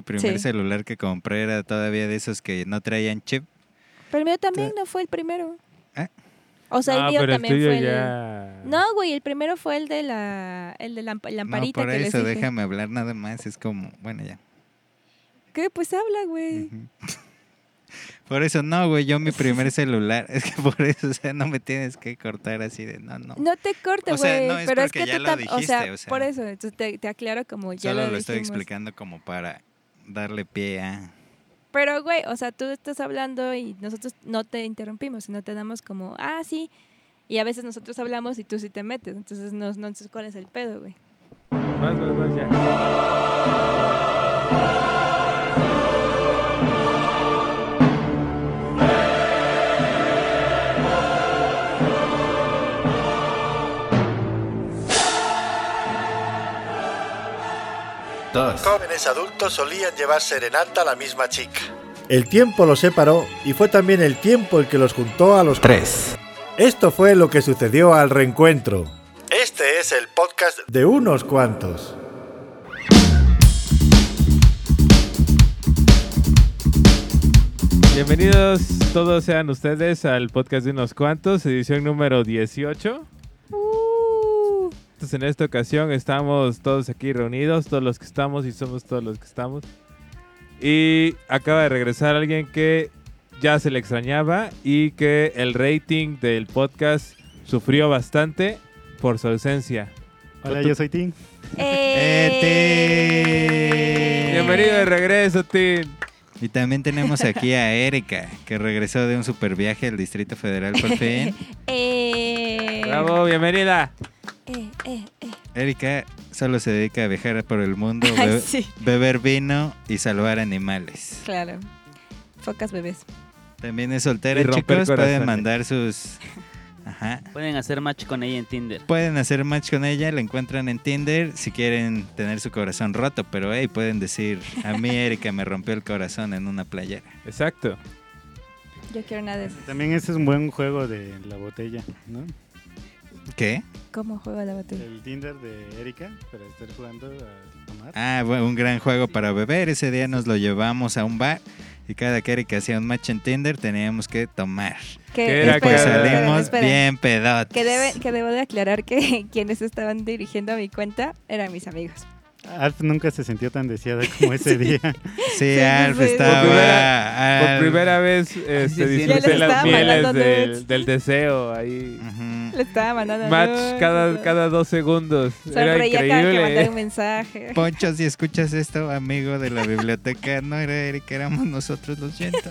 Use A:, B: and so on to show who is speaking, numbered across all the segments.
A: El primer
B: Sí.
A: celular que compré era todavía de esos que no traían chip.
B: Pero el mío también no fue el primero.
A: ¿Eh?
B: O sea, el mío
C: pero
B: también
C: el tuyo
B: fue el...
C: ya...
B: No, güey, el primero fue el de la lamparita
A: No, por
B: que les
A: eso,
B: dije.
A: déjame hablar nada más. Es como, bueno, ya.
B: ¿Qué? Pues habla, güey.
A: Ujú. Por eso, no, güey, yo mi primer celular. Es que por eso, o sea, no me tienes que cortar así de no.
B: No te corte,
A: O
B: güey.
A: sea, no, es
B: pero es
A: porque
B: que
A: ya
B: tú
A: lo
B: o sea,
A: dijiste, o sea.
B: por eso. Entonces te aclaro como ya
A: Solo
B: lo
A: lo estoy
B: dijimos.
A: explicando como para darle pie a...
B: Pero, güey, o sea, tú estás hablando y nosotros no te interrumpimos, sino te damos como, sí. Y a veces nosotros hablamos y tú sí te metes. Entonces, no sé cuál es el pedo, güey.
C: Vas, ya.
D: Dos. Jóvenes adultos solían llevar serenata a la misma chica.
E: El tiempo los separó y fue también el tiempo el que los juntó a los
D: 3.
E: Esto fue lo que sucedió al reencuentro
D: Este es el podcast
E: de unos cuantos.
C: Bienvenidos todos sean ustedes al podcast de unos cuantos, edición número 18. Entonces en esta ocasión estamos todos aquí reunidos, todos los que estamos y somos todos los que estamos. Y acaba de regresar alguien que ya se le extrañaba y que el rating del podcast sufrió bastante por su ausencia.
F: Hola, yo soy Tim.
C: Bienvenido de regreso, Tim.
A: Y también tenemos aquí a Erika, que regresó de un super viaje al Distrito Federal por fin.
C: Bravo, bienvenida.
A: Erika solo se dedica a viajar por el mundo,
B: Sí,
A: beber vino y salvar animales.
B: claro. Focas bebés.
A: También es soltera,
C: Y romper
A: chicos. Pueden
C: corazones.
A: mandar sus... Ajá.
G: Pueden hacer match con ella en Tinder.
A: Pueden hacer match con ella, la encuentran en Tinder si quieren tener su corazón roto, pero hey, pueden decir, a mí Erika me rompió el corazón en una playera.
C: Exacto.
B: Yo quiero nada de eso.
F: También ese es un buen juego de la botella, ¿no?
A: ¿Qué?
B: ¿Cómo juega la botella?
F: El Tinder de Erika para estar jugando a tomar.
A: Ah, bueno, un gran juego para beber. Ese día nos lo llevamos a un bar y cada que Erika hacía un match en Tinder teníamos que tomar.
C: ¿Qué era?
A: Pues
C: Esperen,
A: salimos
B: esperen.
A: bien pedotes.
B: Que debo de aclarar que quienes estaban dirigiendo a mi cuenta eran mis amigos.
F: Alf nunca se sintió tan deseada como ese día.
A: Sí,
B: Sí,
A: Alf
B: sí.
A: estaba...
C: Por
A: Alf.
C: primera vez
G: sí,
C: disfruté
B: ya les
C: las
B: estaba
C: mieles
B: mandando nudes.
C: del deseo ahí.
A: Ujú.
B: Le estaba mandando
C: Match
B: nudes,
C: cada 2 segundos. Era
B: sonreía cada que mandaba
C: increíble.
B: un mensaje.
A: Poncho, si escuchas esto, amigo de la biblioteca, no era Erika, éramos nosotros, lo siento.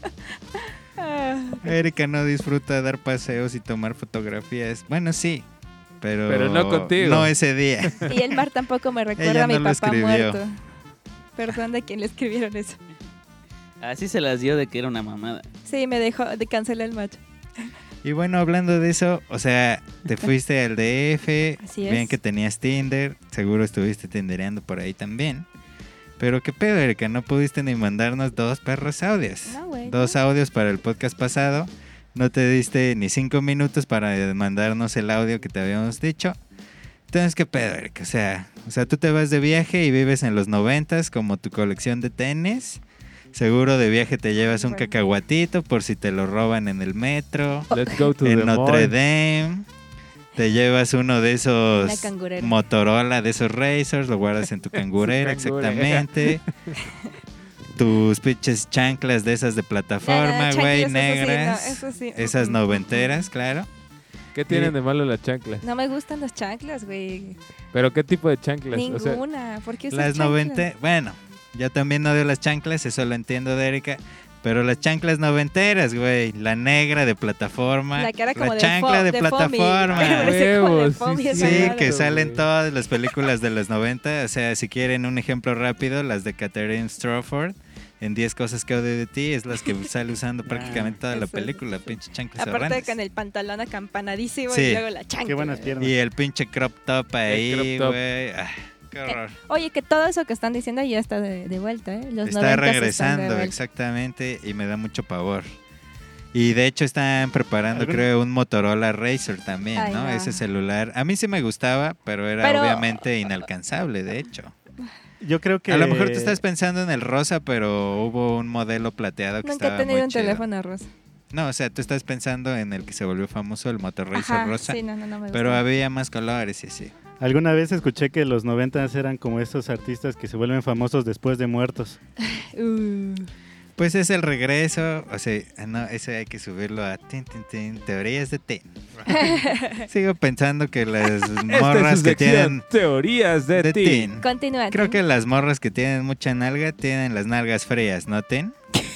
A: Erika no disfruta dar paseos y tomar fotografías. Bueno, sí, pero
C: no contigo.
A: No ese día.
B: Y el mar tampoco me recuerda
A: Ella
B: a mi
A: no lo
B: papá
A: escribió.
B: muerto. Perdón de quien le escribieron eso.
G: Así se las dio de que era una mamada.
B: Sí, me dejó de cancelar el match.
A: Y bueno, hablando de eso, o sea, te fuiste al DF,
B: Así es.
A: bien que tenías Tinder, seguro estuviste tindereando por ahí también. Pero qué pedo, Erika, no pudiste ni mandarnos 2 perros audios.
B: No, güey.
A: 2 audios para el podcast pasado. No te diste ni 5 minutos para mandarnos el audio que te habíamos dicho. Entonces, qué pedo, Erika. O sea, tú te vas de viaje y vives en los 90s como tu colección de tenis. Seguro de viaje te llevas un
B: Bueno.
A: cacahuatito por si te lo roban en el metro,
C: Let's go to the
A: en Notre
C: mall.
A: Dame. Te llevas uno de esos
B: Una cangurera.
A: Motorola, de esos Razors, lo guardas en tu cangurera,
C: Su cangurera.
A: exactamente. Tus pinches chanclas de esas de plataforma, güey, negras.
B: Eso sí.
A: Esas noventeras, claro.
C: ¿Qué tienen de malo las chanclas?
B: No me gustan las chanclas, güey.
C: ¿Pero qué tipo de chanclas? O sea,
B: Ninguna. ¿Por qué usas
A: Las
B: chanclas?
A: 90, bueno, yo también odio las chanclas, eso lo entiendo de Erika. Pero las chanclas noventeras, güey. La negra de plataforma.
B: La que era como de
A: chancla de
B: foamy.
A: plataforma.
B: Parece como de
C: Huevos,
B: foamy
C: sí,
B: esa
A: Sí,
B: madre.
A: que salen
C: güey.
A: todas las películas de los 90. O sea, si quieren un ejemplo rápido, las de Catherine Strawford en 10 cosas que odio de ti, es las que sale usando prácticamente toda la
B: eso,
A: película,
B: eso.
A: pinche chanclas
B: Aparte
A: horrendas.
B: con el pantalón acampanadísimo
A: Sí.
B: y luego la chancla.
F: Qué buenas piernas.
A: Y el pinche crop top ahí,
C: crop top.
A: güey. Ah, qué horror.
B: Oye, que todo eso que están diciendo ya está de vuelta, ¿eh? Los
A: Está
B: 90s están de
A: regresando,
B: vuelta.
A: exactamente, y me da mucho pavor. Y de hecho están preparando,
F: ¿Algún-
A: creo, un Motorola Razr también,
B: Ay,
A: ¿no?
B: no.
A: Ese celular. A mí sí me gustaba, pero era
B: Pero-
A: obviamente inalcanzable, de hecho.
F: yo creo que...
A: A lo mejor tú estás pensando en el rosa, pero hubo un modelo plateado que
B: Nunca he
A: estaba
B: tenido
A: muy
B: un
A: chido.
B: teléfono rosa.
A: No, o sea, tú estás pensando en el que se volvió famoso, el Moto Razr
B: Ajá,
A: rosa.
B: sí, no me
A: Pero
B: gusta.
A: había más colores y así.
F: Alguna vez escuché que los 90s eran como estos artistas que se vuelven famosos después de muertos.
A: Pues es el regreso, o sea, no, eso hay que subirlo a teorías de Tin. Sigo pensando que las
C: Esta es
A: morras
C: su
A: que
C: sección,
A: tienen
C: teorías de ti.
A: Tin.
B: Continúa.
A: Creo que las morras que tienen mucha nalga tienen las nalgas frías, ¿no, Tin?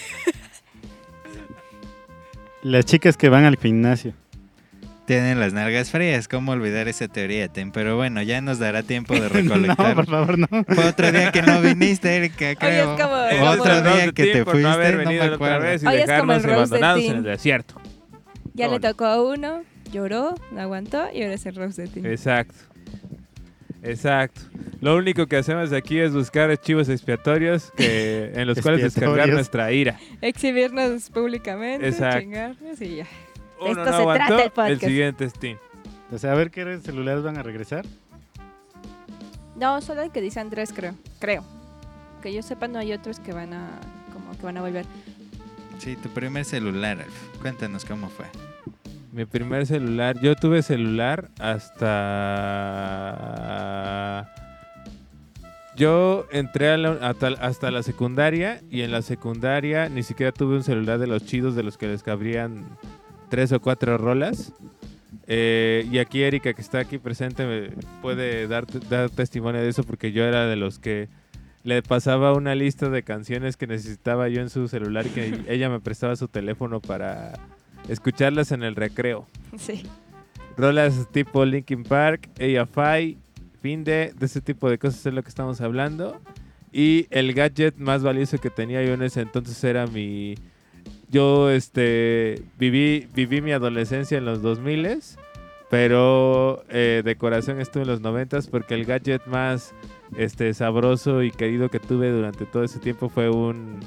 F: Las chicas que van al gimnasio.
A: Tienen las nalgas frías, ¿cómo olvidar esa teoría, Tin? Pero bueno, ya nos dará tiempo de
F: No,
A: recolectar.
F: por favor, no.
A: Fue otro día que no viniste, Erika,
B: Oye,
A: creo.
B: es como-
A: Otro
B: como-
A: día que te
C: por
A: fuiste,
C: no haber
A: no me
C: venido otra
A: acuerdo.
C: vez y
B: Hoy es como el
C: dejarnos
B: Rose de
C: abandonados
B: Tin.
C: en el desierto.
B: Ya le
C: Órale.
B: tocó a uno, lloró, no aguantó y ahora es el Rose de Tin.
C: Exacto. Exacto. Lo único que hacemos aquí es buscar archivos expiatorios en los cuales descargar
F: Expiatorios.
C: nuestra ira.
B: Exhibirnos públicamente,
C: Exacto.
B: chingarnos y ya.
C: Uno
B: Esto
C: no
B: se
C: aguantó,
B: trata el podcast.
C: siguiente es Tin.
F: O sea, a ver qué celulares van a regresar.
B: No, solo el que dice Andrés, creo. Que yo sepa, no hay otros que van a volver.
A: Sí, tu primer celular, Alf. Cuéntanos cómo fue.
C: Mi primer celular, yo tuve celular hasta... Yo entré hasta la secundaria y en la secundaria ni siquiera tuve un celular de los chidos de los que les cabrían 3 o 4 rolas. Y aquí Erika, que está aquí presente, puede dar testimonio de eso porque yo era de los que le pasaba una lista de canciones que necesitaba yo en su celular y que ella me prestaba su teléfono para escucharlas en el recreo.
B: Sí.
C: Rolas tipo Linkin Park, AFI, Finde, de ese tipo de cosas es lo que estamos hablando. Y el gadget más valioso que tenía yo en ese entonces era mi... Yo viví mi adolescencia en los 2000s, pero de corazón estuve en los 90s porque el gadget más sabroso y querido que tuve durante todo ese tiempo fue un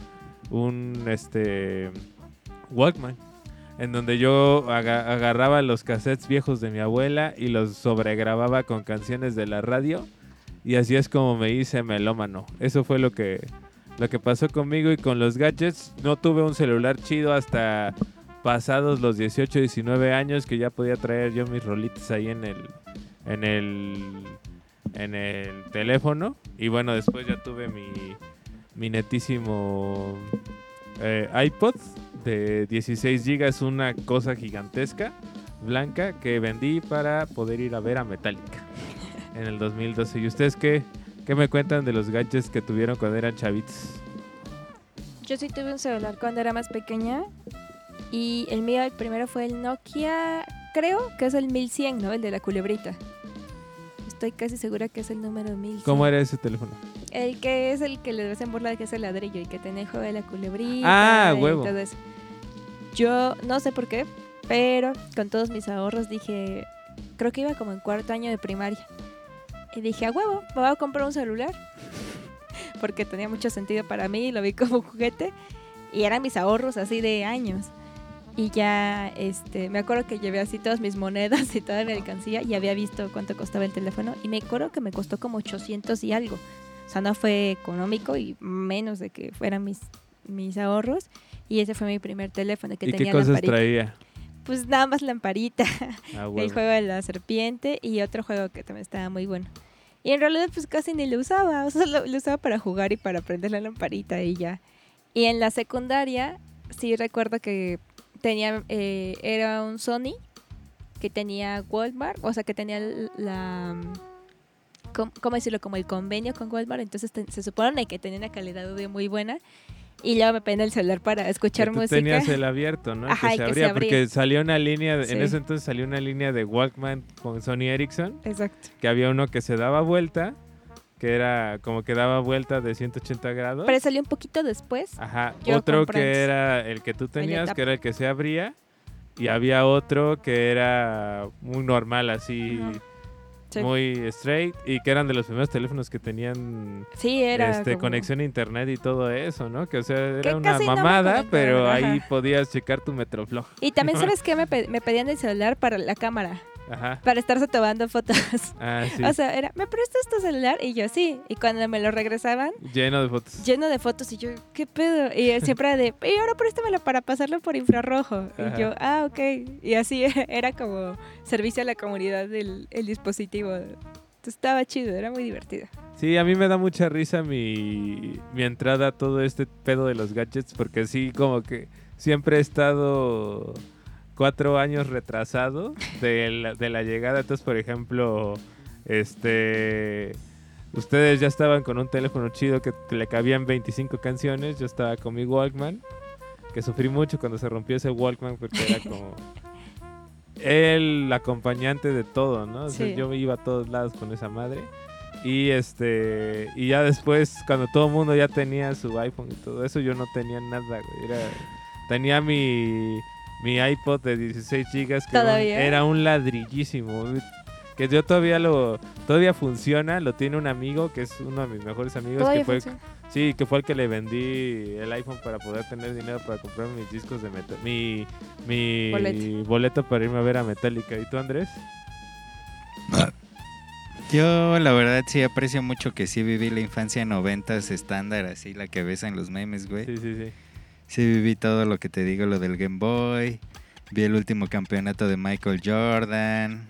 C: Walkman, en donde yo agarraba los cassettes viejos de mi abuela y los sobregrababa con canciones de la radio y así es como me hice melómano. Eso fue lo que pasó conmigo y con los gadgets. No tuve un celular chido hasta pasados los 18, 19 años que ya podía traer yo mis rolitas ahí en el teléfono. Y bueno, después ya tuve mi netísimo iPod de 16 gigas, una cosa gigantesca, blanca, que vendí para poder ir a ver a Metallica en el 2012. ¿Y ustedes qué me cuentan de los gadgets que tuvieron cuando eran chavitos?
B: Yo sí tuve un celular cuando era más pequeña y el mío, el primero fue el Nokia, creo que es el 1100, ¿no? El de la culebrita. Estoy casi segura que es el número 1100.
C: ¿Cómo era ese teléfono?
B: El que es el que le hacen burla de que es el ladrillo y que tenía el juego de la culebrita.
C: Ah,
B: y
C: huevo.
B: todo eso. Yo no sé por qué, pero con todos mis ahorros dije, creo que iba como en 4º año de primaria. Y dije, a huevo, me voy a comprar un celular. Porque tenía mucho sentido para mí y lo vi como un juguete. Y eran mis ahorros así de años. Y ya, me acuerdo que llevé así todas mis monedas y toda mi alcancía y había visto cuánto costaba el teléfono. Y me acuerdo que me costó como 800 y algo. O sea, no fue económico y menos de que fueran mis ahorros. Y ese fue mi primer teléfono que
C: ¿Y
B: tenía
C: qué cosas
B: lamparita.
C: traía?
B: Pues nada más lamparita.
C: Ah,
B: El
C: huevo.
B: juego de la serpiente y otro juego que también estaba muy bueno. Y en realidad pues casi ni lo usaba, o sea, lo usaba para jugar y para prender la lamparita y ya. Y en la secundaria sí recuerdo que tenía, era un Sony que tenía Walmart, o sea que tenía ¿cómo decirlo? Como el convenio con Walmart, entonces se supone que tenía una calidad de audio muy buena. Y luego me pedían el celular para escuchar
C: Que tú
B: música.
C: tenías el abierto, ¿no?
B: Ajá,
C: que
B: y
C: se
B: que
C: abría,
B: se abría.
C: porque salió una línea,
B: Sí.
C: en ese entonces salió una línea de Walkman con Sony Ericsson,
B: Exacto.
C: que había uno que se daba vuelta, que era como que daba vuelta de 180 grados.
B: Pero salió un poquito después.
C: Ajá,
B: Yo
C: otro
B: compré
C: que
B: antes.
C: era el que tú tenías,
B: etapa.
C: que era el que se abría, y había otro que era muy normal, así,
B: Ujú. Sí.
C: muy straight, y que eran de los primeros teléfonos que tenían
B: Sí, era como-
C: conexión a internet y todo eso, ¿no? Que o sea, era
B: Que
C: una
B: casi no me
C: mamada,
B: conectaban,
C: pero ahí
B: ajá.
C: podías checar tu Metroflog.
B: Y también, ¿sabes qué? Me pedían el celular para la cámara.
C: Ajá.
B: para estarse tomando fotos.
C: Ah, sí.
B: O sea, era, ¿me prestas tu celular? Y yo, sí. Y cuando me lo regresaban,
C: Lleno de fotos.
B: lleno de fotos, y yo, ¿qué pedo? Y él siempre era de, y ahora préstamelo para pasarlo por infrarrojo.
C: Ajá.
B: Y yo, ok. Y así era como servicio a la comunidad del el dispositivo. Entonces estaba chido, era muy divertido.
C: Sí, a mí me da mucha risa mi entrada a todo este pedo de los gadgets, porque sí, como que siempre he estado 4 años retrasado de la llegada. Entonces, por ejemplo, ustedes ya estaban con un teléfono chido que le cabían 25 canciones. Yo estaba con mi Walkman, que sufrí mucho cuando se rompió ese Walkman porque era como el acompañante de todo, ¿no? O sea,
B: Sí.
C: yo me iba a todos lados con esa madre. Y y ya después, cuando todo el mundo ya tenía su iPhone y todo eso, yo no tenía nada, güey. Tenía mi iPod de 16 gigas que
B: ¿Todavía?
C: era un ladrillísimo, güey, que yo todavía funciona. Lo tiene un amigo que es uno de mis mejores amigos,
B: Todavía
C: que fue
B: funciona.
C: sí, que fue el que le vendí el iPhone para poder tener dinero para comprar mis discos de mi boleto para irme a ver a Metallica. ¿Y tú, Andrés?
A: Yo la verdad sí aprecio mucho que sí viví la infancia 90s estándar, así la que ves en los memes, güey.
C: Sí, sí, sí.
A: Sí viví todo lo que te digo, lo del Game Boy, vi el último campeonato de Michael Jordan,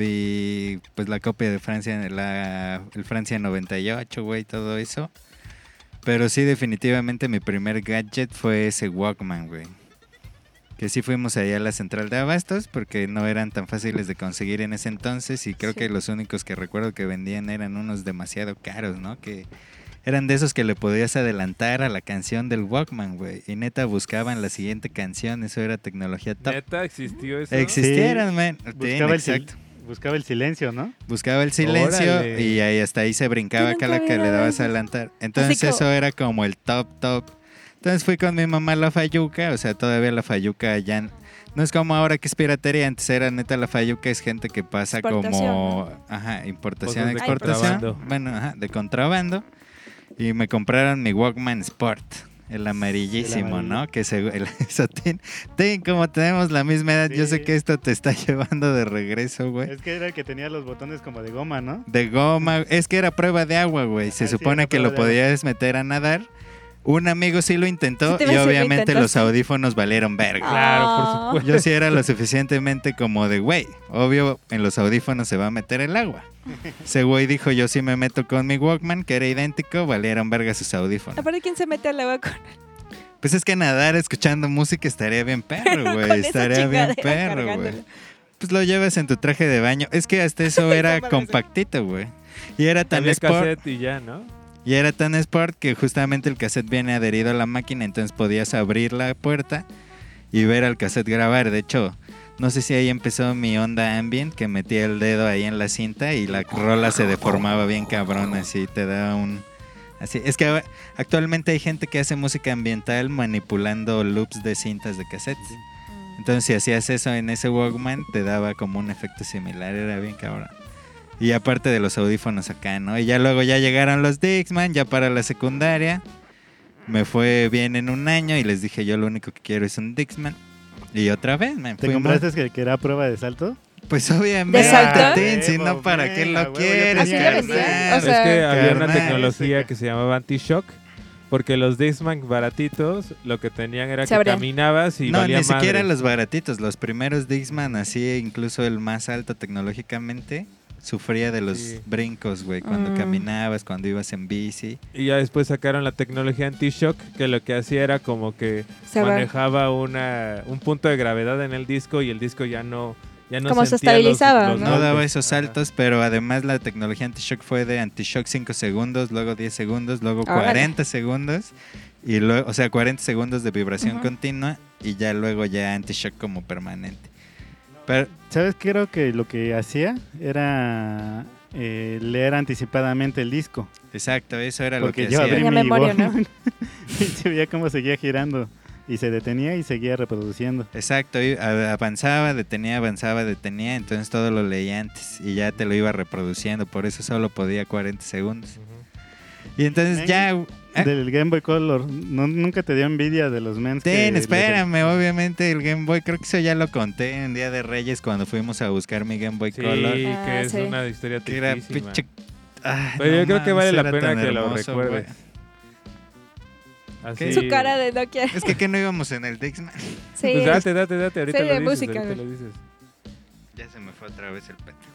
A: vi pues la copia de Francia, el Francia 98, güey, todo eso. Pero sí, definitivamente mi primer gadget fue ese Walkman, güey. Que sí fuimos allá a la central de abastos porque no eran tan fáciles de conseguir en ese entonces y creo
B: Sí.
A: que los únicos que recuerdo que vendían eran unos demasiado caros, ¿no? Que eran de esos que le podías adelantar a la canción del Walkman, güey. Y neta buscaban la siguiente canción, eso era tecnología top.
C: ¿Neta existió eso?
A: Existieron, man.
F: Buscaba el silencio, ¿no?
A: Buscaba el silencio
C: Órale.
A: y ahí hasta ahí se brincaba
B: Yo
A: acá
B: nunca
A: la que
B: había
A: le
B: dado
A: dabas
B: eso.
A: a adelantar. Entonces
B: como-
A: eso era como el top. Entonces fui con mi mamá a la Fayuca, o sea, todavía la Fayuca ya no es como ahora que es piratería, antes era neta la Fayuca es gente que pasa
B: Exportación,
A: como
B: ¿no?
A: ajá, importación,
C: Cosas de
A: exportación,
C: contrabando.
A: bueno, ajá, de contrabando y me compraron mi Walkman Sport. El amarillísimo,
F: El amarillo.
A: ¿no? Que eso como tenemos la misma edad, yo sé
F: Sí.
A: que esto te está llevando de regreso, güey.
F: Es que era el que tenía los botones como de goma, ¿no?
A: De goma, es que era prueba de agua, güey. Se
F: Ah, sí,
A: supone
F: era
A: que lo
F: prueba de
A: podías meter a nadar. Un amigo sí lo intentó
B: Sí te
A: y
B: iba a decir, ¿lo
A: obviamente los
B: intentaste?
A: audífonos valieron verga.
C: Claro, por
B: Ah.
C: supuesto.
A: Yo sí era lo suficientemente como de, güey, obvio en los audífonos se va a meter el agua. Ese güey dijo, yo sí me meto con mi Walkman, que era idéntico, valieron verga sus audífonos.
B: Aparte, ¿quién se mete al agua con
A: Pues es que nadar escuchando música estaría bien perro,
B: con
A: güey.
B: esa
A: Estaría bien
B: chingadera
A: perro, güey.
B: cargándola?
A: Pues lo llevas en tu traje de baño. Es que hasta eso era
B: Esa
A: compactito, güey. Y era tan
C: Había
A: sport.
C: cassette y ya, ¿no?
A: Y era tan sport que justamente el cassette viene adherido a la máquina, entonces podías abrir la puerta y ver al cassette grabar. De hecho, no sé si ahí empezó mi onda ambient, que metía el dedo ahí en la cinta y la rola se deformaba bien cabrón, así te daba un... Así. Es que actualmente hay gente que hace música ambiental manipulando loops de cintas de cassettes. Entonces si hacías eso en ese Walkman, te daba como un efecto similar, era bien cabrón. Y aparte de los audífonos acá, ¿no? Y ya luego ya llegaron los Dixman, ya para la secundaria. Me fue bien en un año y les dije, yo lo único que quiero es un Dixman. Y otra vez, me
F: ¿Te compraste el que era prueba de salto?
A: Pues obviamente,
B: ¿De salto?
A: Tin, si no, ¿para qué
F: Venga,
A: lo
F: huevo, ya
A: quieres?
B: ¿Así le vendían?
A: carnal?
B: O sea,
C: es que había una
A: carnal.
C: tecnología que se llamaba anti-shock, porque los Discman baratitos lo que tenían era
B: Se
C: que
B: abrían.
C: caminabas y
A: No,
C: valía
A: ni siquiera
C: madre.
A: los baratitos, los primeros Dixman, así incluso el más alto tecnológicamente, sufría de los
C: Sí.
A: brincos, güey, cuando
B: Mm.
A: caminabas, cuando ibas en bici.
C: Y ya después sacaron la tecnología anti-shock, que lo que hacía era como que
B: Se va.
C: manejaba un punto de gravedad en el disco y el disco ya no
B: Como se
C: sentía
B: estabilizaba,
C: los
B: ¿no?
A: No
C: golpes.
A: daba esos
C: Ajá.
A: saltos, pero además la tecnología anti-shock fue de anti-shock 5 segundos, luego 10 segundos, luego
B: Órale.
A: 40 segundos, y luego, o sea, 40 segundos de vibración
B: Ujú.
A: continua y ya luego ya anti-shock como permanente. Pero
F: ¿Sabes? Creo que lo que hacía era leer anticipadamente el disco.
A: exacto, eso era
F: Porque
A: lo que
F: yo
A: hacía.
F: abrí
B: Tenía
F: mi
B: memoria, ¿no?
F: Walkman y se veía cómo seguía girando. Y se detenía y seguía reproduciendo.
A: Exacto, avanzaba, detenía, entonces todo lo leía antes y ya te lo iba reproduciendo, por eso solo podía 40 segundos.
C: Ujú.
A: Y entonces ya
F: Del Game Boy Color. ¿Nunca te dio envidia de los mens que
A: Espérame, obviamente el Game Boy, creo que eso ya lo conté en Día de Reyes cuando fuimos a buscar mi Game Boy
C: Sí,
A: Color.
C: que es
B: sí.
C: una historia
A: Que era
C: tristísima.
A: pinche... Ay,
C: Pero
A: no
C: yo creo que
A: mames,
C: vale la
A: era
C: pena
A: tan
C: que lo
A: hermoso,
C: recuerdes.
A: güey.
C: Así-
B: Su cara de Nokia.
A: Es que no íbamos en el Dixman.
B: Sí.
C: Pues date, ahorita
B: Serie
C: lo
B: de
C: dices,
B: música,
C: ahorita
B: güey.
C: lo dices.
A: Ya se me fue otra vez el peto.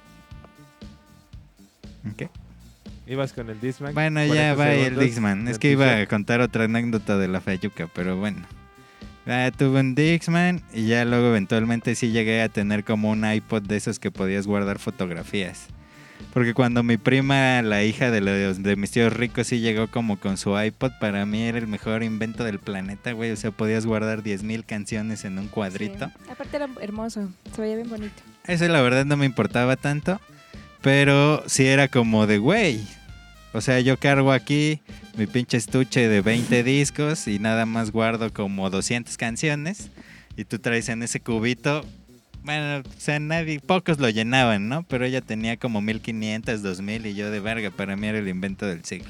A: ¿Qué?
C: Ibas con el Discman.
A: Bueno,
C: 40
A: ya va el
C: segundos
A: Dixman.
C: de
A: Es que iba a
C: t-shirt.
A: contar otra anécdota de la Fayuca, pero bueno. Tuve un Dixman y ya luego eventualmente sí llegué a tener como un iPod de esos que podías guardar fotografías. Porque cuando mi prima, la hija de mis tíos ricos, sí llegó como con su iPod, para mí era el mejor invento del planeta, güey. O sea, podías guardar 10,000 canciones en un cuadrito.
B: Sí. Aparte era hermoso, se veía bien bonito.
A: Eso la verdad no me importaba tanto, pero sí era como de, güey. O sea, yo cargo aquí mi pinche estuche de 20 discos y nada más guardo como 200 canciones. Y tú traes en ese cubito, bueno, o sea, pocos lo llenaban, ¿no? Pero ella tenía como 1500, 2000 y yo de verga, para mí era el invento del siglo.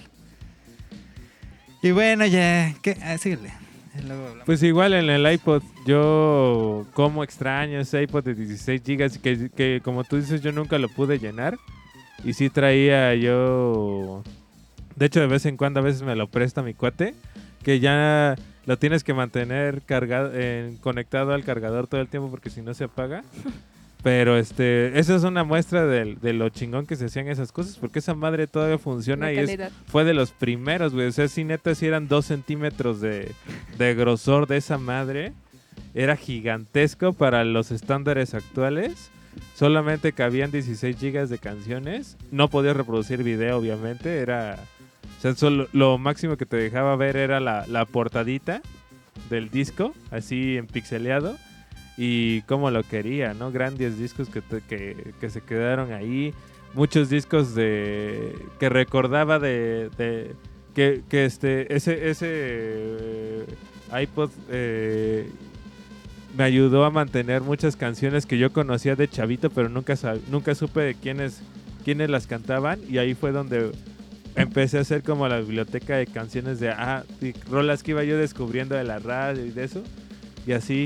A: Y bueno, ya, ¿qué? Síguele. Luego hablamos.
C: Pues igual en el iPod, yo como extraño ese iPod de 16 GB que como tú dices yo nunca lo pude llenar. Y sí traía yo... De hecho de vez en cuando a veces me lo presta mi cuate, que ya lo tienes que mantener conectado al cargador todo el tiempo porque si no se apaga. Pero eso es una muestra de lo chingón que se hacían esas cosas, porque esa madre todavía funciona
B: La
C: y
B: calidad.
C: fue de los primeros, güey. O sea, sí, neta, sí eran 2 centímetros de grosor de esa madre. Era gigantesco para los estándares actuales. Solamente cabían 16 gigas de canciones. No podías reproducir video, obviamente. O sea, solo, lo máximo que te dejaba ver era la portadita del disco, así en pixeleado. Y cómo lo quería, ¿no? Grandes discos que se quedaron ahí. Muchos discos que recordaba que ese iPod me ayudó a mantener muchas canciones que yo conocía de chavito, pero nunca supe de quiénes las cantaban. Y ahí fue donde empecé a hacer como la biblioteca de canciones de rolas que iba yo descubriendo de la radio y de eso. Y así.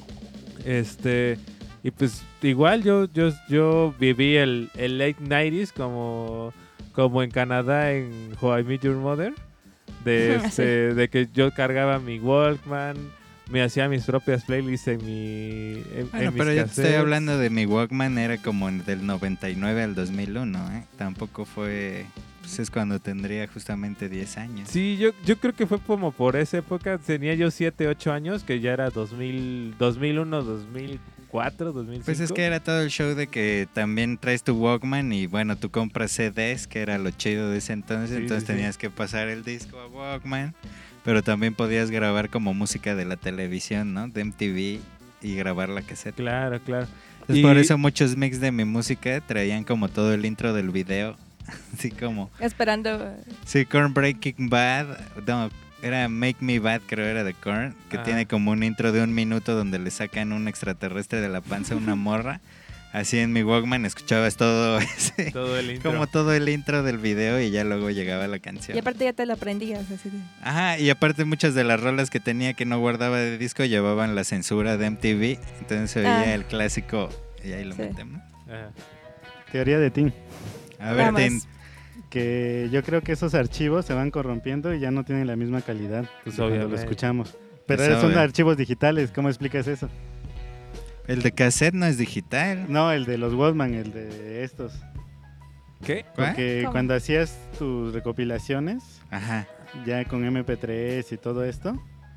C: Y pues igual yo viví el late 90s como en Canadá en How I Met Your Mother, de que yo cargaba mi Walkman, me hacía mis propias playlists en
A: Bueno,
C: mis
A: pero yo te estoy
C: cassettes.
A: hablando de mi Walkman, era como del 99 al 2001, ¿eh? Tampoco fue... Pues es cuando tendría justamente 10 años.
C: Sí, yo creo que fue como por esa época, tenía yo 7, 8 años, que ya era 2001, 2004, 2005.
A: Pues es que era todo el show de que también traes tu Walkman y bueno, tú compras CDs, que era lo chido de ese entonces,
C: Sí,
A: entonces
C: sí, sí.
A: tenías que pasar el disco a Walkman, pero también podías grabar como música de la televisión, ¿no? De MTV y grabar la cassette.
C: Claro.
A: Entonces por eso muchos mix de mi música traían como todo el intro del video, así como...
B: Esperando.
A: Sí, Korn Breaking Bad, no, era Make Me Bad, creo era de Korn, que tiene como un intro de 1 minuto donde le sacan un extraterrestre de la panza a una morra. Así en mi Walkman escuchabas todo ese,
C: todo el intro.
A: como todo el intro del video y ya luego llegaba la canción.
B: Y aparte ya te lo aprendías. Así de...
A: Ajá, y aparte muchas de las rolas que tenía que no guardaba de disco llevaban la censura de MTV, entonces se veía el clásico y ahí lo
B: Sí.
A: metemos.
C: Ajá.
F: Teoría de Tim,
A: A ver,
B: Vamos.
A: Tin,
F: que yo creo que esos archivos se van corrompiendo y ya no tienen la misma calidad
C: Pues
F: cuando lo
C: obviamente.
F: escuchamos. Pero
A: Pues
F: son
A: obvio.
F: archivos digitales, ¿cómo explicas eso?
A: el de cassette no es digital.
F: No, el de los Walkman, el de estos.
C: ¿Qué?
F: Porque
B: ¿Cómo?
F: cuando hacías tus recopilaciones,
A: Ajá.
F: ya con MP3 y todo esto,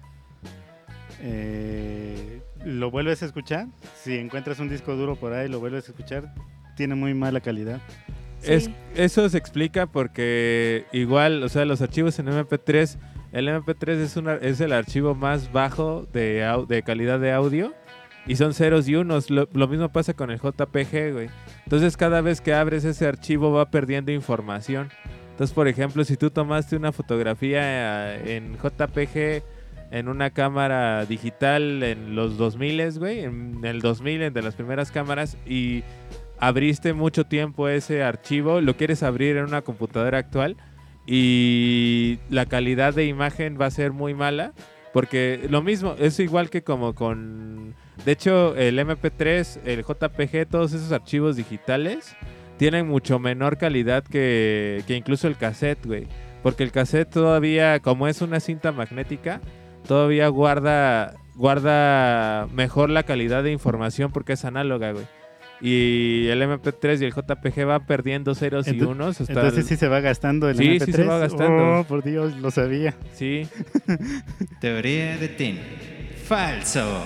F: lo vuelves a escuchar. Si encuentras un disco duro por ahí, lo vuelves a escuchar, tiene muy mala calidad.
B: Sí.
C: Eso se explica porque igual, o sea, los archivos en MP3, el MP3 es el archivo más bajo de calidad de audio y son ceros y unos. Lo mismo pasa con el JPG, güey. Entonces cada vez que abres ese archivo va perdiendo información. Entonces, por ejemplo, si tú tomaste una fotografía en JPG en una cámara digital en los 2000, güey, en el 2000, de las primeras cámaras, y abriste mucho tiempo ese archivo, lo quieres abrir en una computadora actual y la calidad de imagen va a ser muy mala. Porque lo mismo, es igual que como con... De hecho, el MP3, el JPG, todos esos archivos digitales tienen mucho menor calidad que incluso el cassette, güey. Porque el cassette todavía, como es una cinta magnética, todavía guarda mejor la calidad de información porque es análoga, güey. Y el MP3 y el JPG va perdiendo ceros y unos. Hasta
F: Entonces sí se va gastando el MP3.
C: Sí se va gastando.
F: Oh, por Dios, lo sabía.
C: Sí.
A: Teoría de Tin. Falso.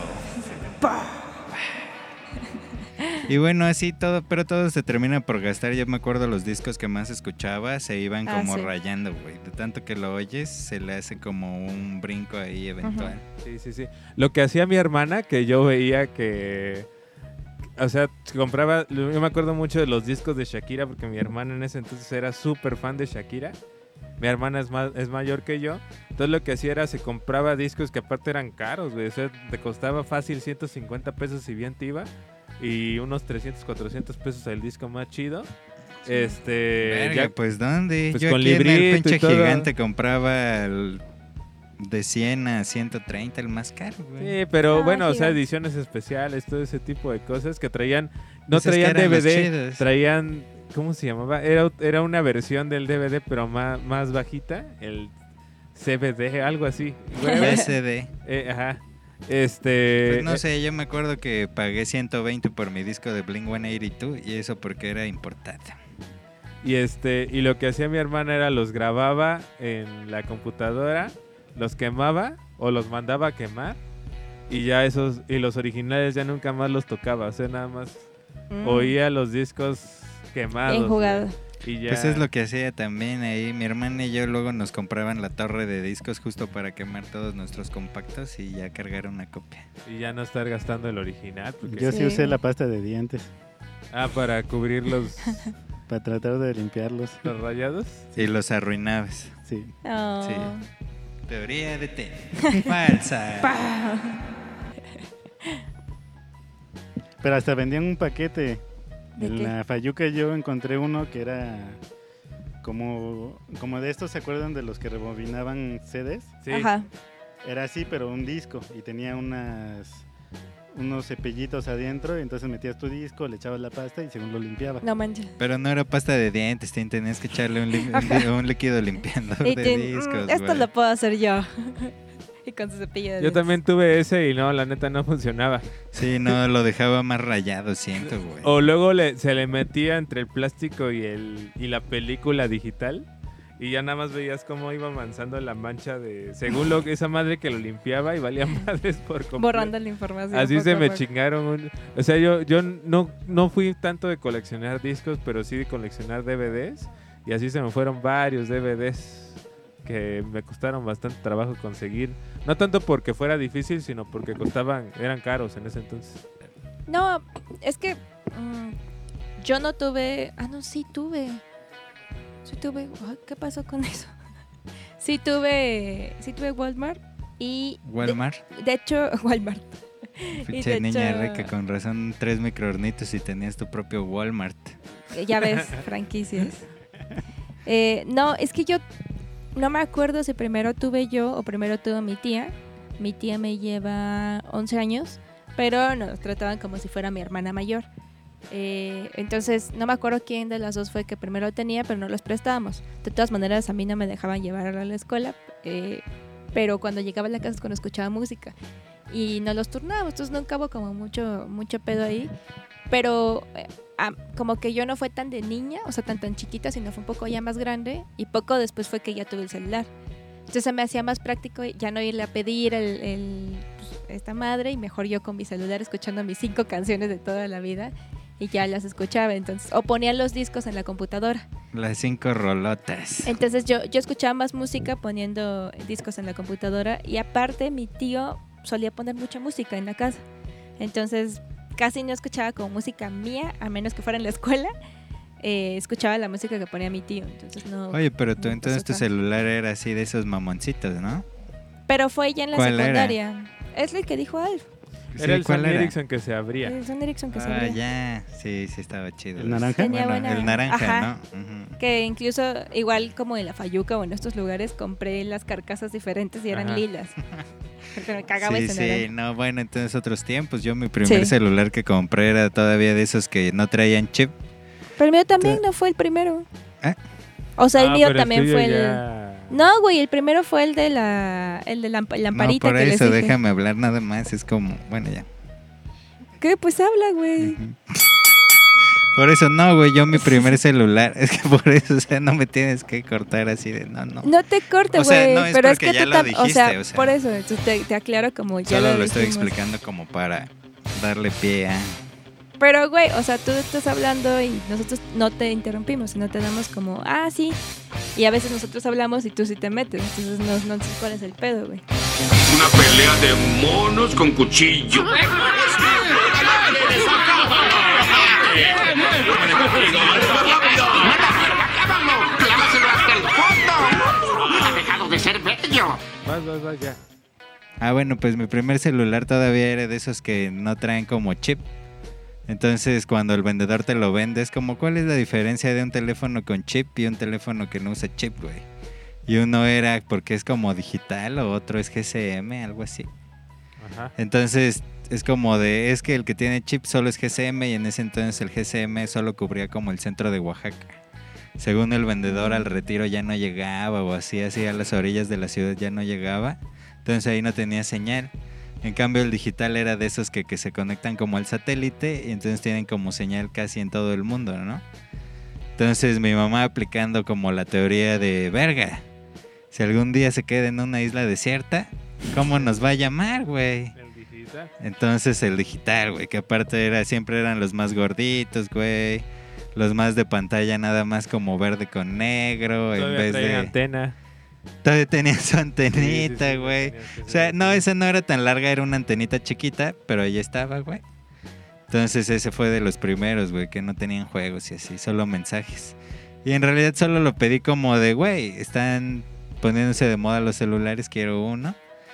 A: Y bueno, así todo, pero todo se termina por gastar. Yo me acuerdo los discos que más escuchaba se iban como
B: sí.
A: rayando, güey. De tanto que lo oyes, se le hace como un brinco ahí eventual.
C: Sí. Lo que hacía mi hermana, que yo veía que... O sea, compraba... Yo me acuerdo mucho de los discos de Shakira, porque mi hermana en ese entonces era súper fan de Shakira. Mi hermana es mayor que yo. Entonces lo que hacía era se compraba discos que aparte eran caros, güey. O sea, te costaba fácil 150 pesos si bien te iba. Y unos 300, 400 pesos el disco más chido.
A: Verga,
C: Ya,
A: pues ¿dónde?
C: pues
A: Yo
C: con
A: aquí en el
C: librito y
A: pinche
C: todo.
A: gigante compraba de 100 a 130, el más caro, güey.
C: sí, pero
B: Ah,
C: bueno, o sea,
B: gigante.
C: ediciones especiales, todo ese tipo de cosas que traían... No
A: Pues es que
C: traían
A: eran los
C: DVD,
A: chidos.
C: traían... ¿Cómo se llamaba? Era una versión del DVD, pero más bajita. El CBD, algo así. Güey,
A: SD.
C: ajá.
A: Pues no sé, yo me acuerdo que pagué 120 por mi disco de Blink-182 y eso porque era importado.
C: Y lo que hacía mi hermana era los grababa en la computadora, los quemaba o los mandaba a quemar y ya los originales ya nunca más los tocaba, o sea, nada más oía los discos quemados.
B: Bien jugado.
C: Y ya,
A: Pues es lo que hacía también ahí. Mi hermana y yo luego nos compraban la torre de discos justo para quemar todos nuestros compactos y ya cargar una copia.
C: y ya no estar gastando el original. Porque
F: Yo sí
B: Sí.
F: usé la pasta de dientes
C: para cubrir los
F: para tratar de limpiarlos.
C: rayados.
A: Y los arruinabas.
F: Sí.
B: Oh.
A: Sí. Teoría de T. Falsa.
F: Pero hasta vendían un paquete.
B: ¿De
F: En
B: qué?
F: la Fayuca yo encontré uno que era como de estos, ¿se acuerdan de los que rebobinaban CDs?
C: Sí.
B: Ajá.
F: Era así, pero un disco y tenía unos cepillitos adentro, y entonces metías tu disco, le echabas la pasta y según lo limpiaba.
B: No manches.
A: Pero no era pasta de dientes, tenías que echarle un líquido limpiador
B: Y
A: de
B: tin,
A: discos,
B: esto
A: güey.
B: lo puedo hacer yo. Y con su cepillo de
C: Yo
B: dientes.
C: también tuve ese y no, la neta no funcionaba.
A: Sí, no, lo dejaba más rayado, siento, güey.
C: O luego se le metía entre el plástico y la película digital y ya nada más veías cómo iba avanzando la mancha de... Según esa madre que lo limpiaba y valía madres por completo.
B: Borrando la información.
C: Así
B: poco
C: se
B: a
C: me
B: poco.
C: chingaron. O sea, yo no fui tanto de coleccionar discos, pero sí de coleccionar DVDs. Y así se me fueron varios DVDs que me costaron bastante trabajo conseguir. No tanto porque fuera difícil, sino porque eran caros en ese entonces.
B: No, es que yo no tuve... Ah, no, sí tuve. Sí tuve... Ay, ¿qué pasó con eso? Sí tuve Walmart y...
A: Walmart.
B: De hecho, Walmart.
A: Pinche
B: de
A: niña
B: hecho-
A: rica, con razón 3 microornitos y tenías tu propio Walmart.
B: Ya ves, franquicias. No, es que yo no me acuerdo si primero tuve yo o primero tuvo mi tía. Mi tía me lleva 11 años, pero nos trataban como si fuera mi hermana mayor. Entonces, no me acuerdo quién de las dos fue que primero lo tenía, pero no los prestábamos. De todas maneras, a mí no me dejaban llevarla a la escuela, pero cuando llegaba a la casa es cuando escuchaba música. Y nos los turnábamos, entonces nunca hubo como mucho pedo ahí. Pero como que yo no fue tan de niña, o sea, tan chiquita, sino fue un poco ya más grande. Y poco después fue que ya tuve el celular. Entonces se me hacía más práctico ya no irle a pedir esta madre, y mejor yo con mi celular escuchando mis 5 canciones de toda la vida y ya las escuchaba. Entonces, o ponía los discos en la computadora.
A: Las 5 rolotas.
B: Entonces yo escuchaba más música poniendo discos en la computadora, y aparte mi tío solía poner mucha música en la casa. Entonces casi no escuchaba como música mía, a menos que fuera en la escuela. Escuchaba la música que ponía mi tío. Entonces no.
A: Oye, pero tú
B: no
A: entonces tu
B: pasó tanto.
A: celular era así de esos mamoncitos, ¿no?
B: Pero fue ya en la
A: ¿Cuál era?
B: secundaria. Es lo que dijo Alf.
C: Era el
A: ¿cuál
C: Sony
A: era?
C: Ericsson que se abría.
B: El Sony Ericsson que se
A: Ah,
B: abría.
A: ya. Sí, estaba chido.
F: ¿El naranja?
B: Tenía
A: Bueno,
B: buena-
A: el naranja,
B: Ajá.
A: ¿no? Ujú.
B: Que incluso, igual como en la Fayuca o en estos lugares, compré las carcasas diferentes y eran
C: Ajá.
B: lilas. Porque me cagaba
A: Sí,
B: ese
A: sí,
B: naranja.
A: no, bueno, entonces otros tiempos. Yo mi primer
B: Sí.
A: celular que compré era todavía de esos que no traían chip.
B: Pero el mío también no fue el primero.
A: ¿Eh?
B: O sea, el mío
C: pero
B: también
C: tuyo
B: fue el...
C: ya-
B: No, güey, el primero fue el de la lamparita
A: No, por
B: que les
A: eso
B: dije.
A: déjame hablar nada más. Es como, bueno, ya.
B: ¿Qué? Pues habla, güey.
A: Ujú. Por eso no, güey, yo mi primer celular, es que por eso, o sea, no me tienes que cortar así de no.
B: No te corte,
A: O sea,
B: güey.
A: no, es
B: pero es
A: porque
B: que
A: ya
B: tú
A: lo
B: o sea,
A: dijiste, o sea.
B: por eso, entonces te aclaro como ya
A: Solo
B: lo
A: lo estoy
B: dijimos.
A: explicando como para darle pie a...
B: Pero, güey, o sea, tú estás hablando y nosotros no te interrumpimos, sino te damos como, sí. Y a veces nosotros hablamos y tú sí te metes. Entonces no sé cuál es el pedo, güey.
H: Una pelea de monos con cuchillo.
I: Ha dejado de ser bello.
C: Vas, ya.
A: Ah, bueno, pues mi primer celular todavía era de esos que no traen como chip. Entonces, cuando el vendedor te lo vende, es como, ¿cuál es la diferencia de un teléfono con chip y un teléfono que no usa chip, güey? Y uno era porque es como digital o otro es GSM, algo así.
C: Ajá.
A: Entonces, es como de, es que el que tiene chip solo es GSM y en ese entonces el GSM solo cubría como el centro de Oaxaca. Según el vendedor, al retiro ya no llegaba o así a las orillas de la ciudad ya no llegaba. Entonces ahí no tenía señal. En cambio el digital era de esos que se conectan como al satélite y entonces tienen como señal casi en todo el mundo, ¿no? Entonces mi mamá aplicando como la teoría de verga. Si algún día se queda en una isla desierta, ¿cómo nos va a llamar, güey?
C: El digital.
A: Entonces el digital, güey, que aparte siempre eran los más gorditos, güey. Los más de pantalla nada más como verde con negro en
C: Todavía
A: vez
C: trae
A: de...
C: antena.
A: Todavía tenía su
C: Sí,
A: antenita,
C: sí,
A: güey.
C: tenía
A: O sea, no, esa no era tan larga, era una antenita chiquita, pero ahí estaba, güey. Entonces ese fue de los primeros, güey, que no tenían juegos y así, solo mensajes. Y en realidad solo lo pedí como de, güey, están poniéndose de moda los celulares, quiero uno.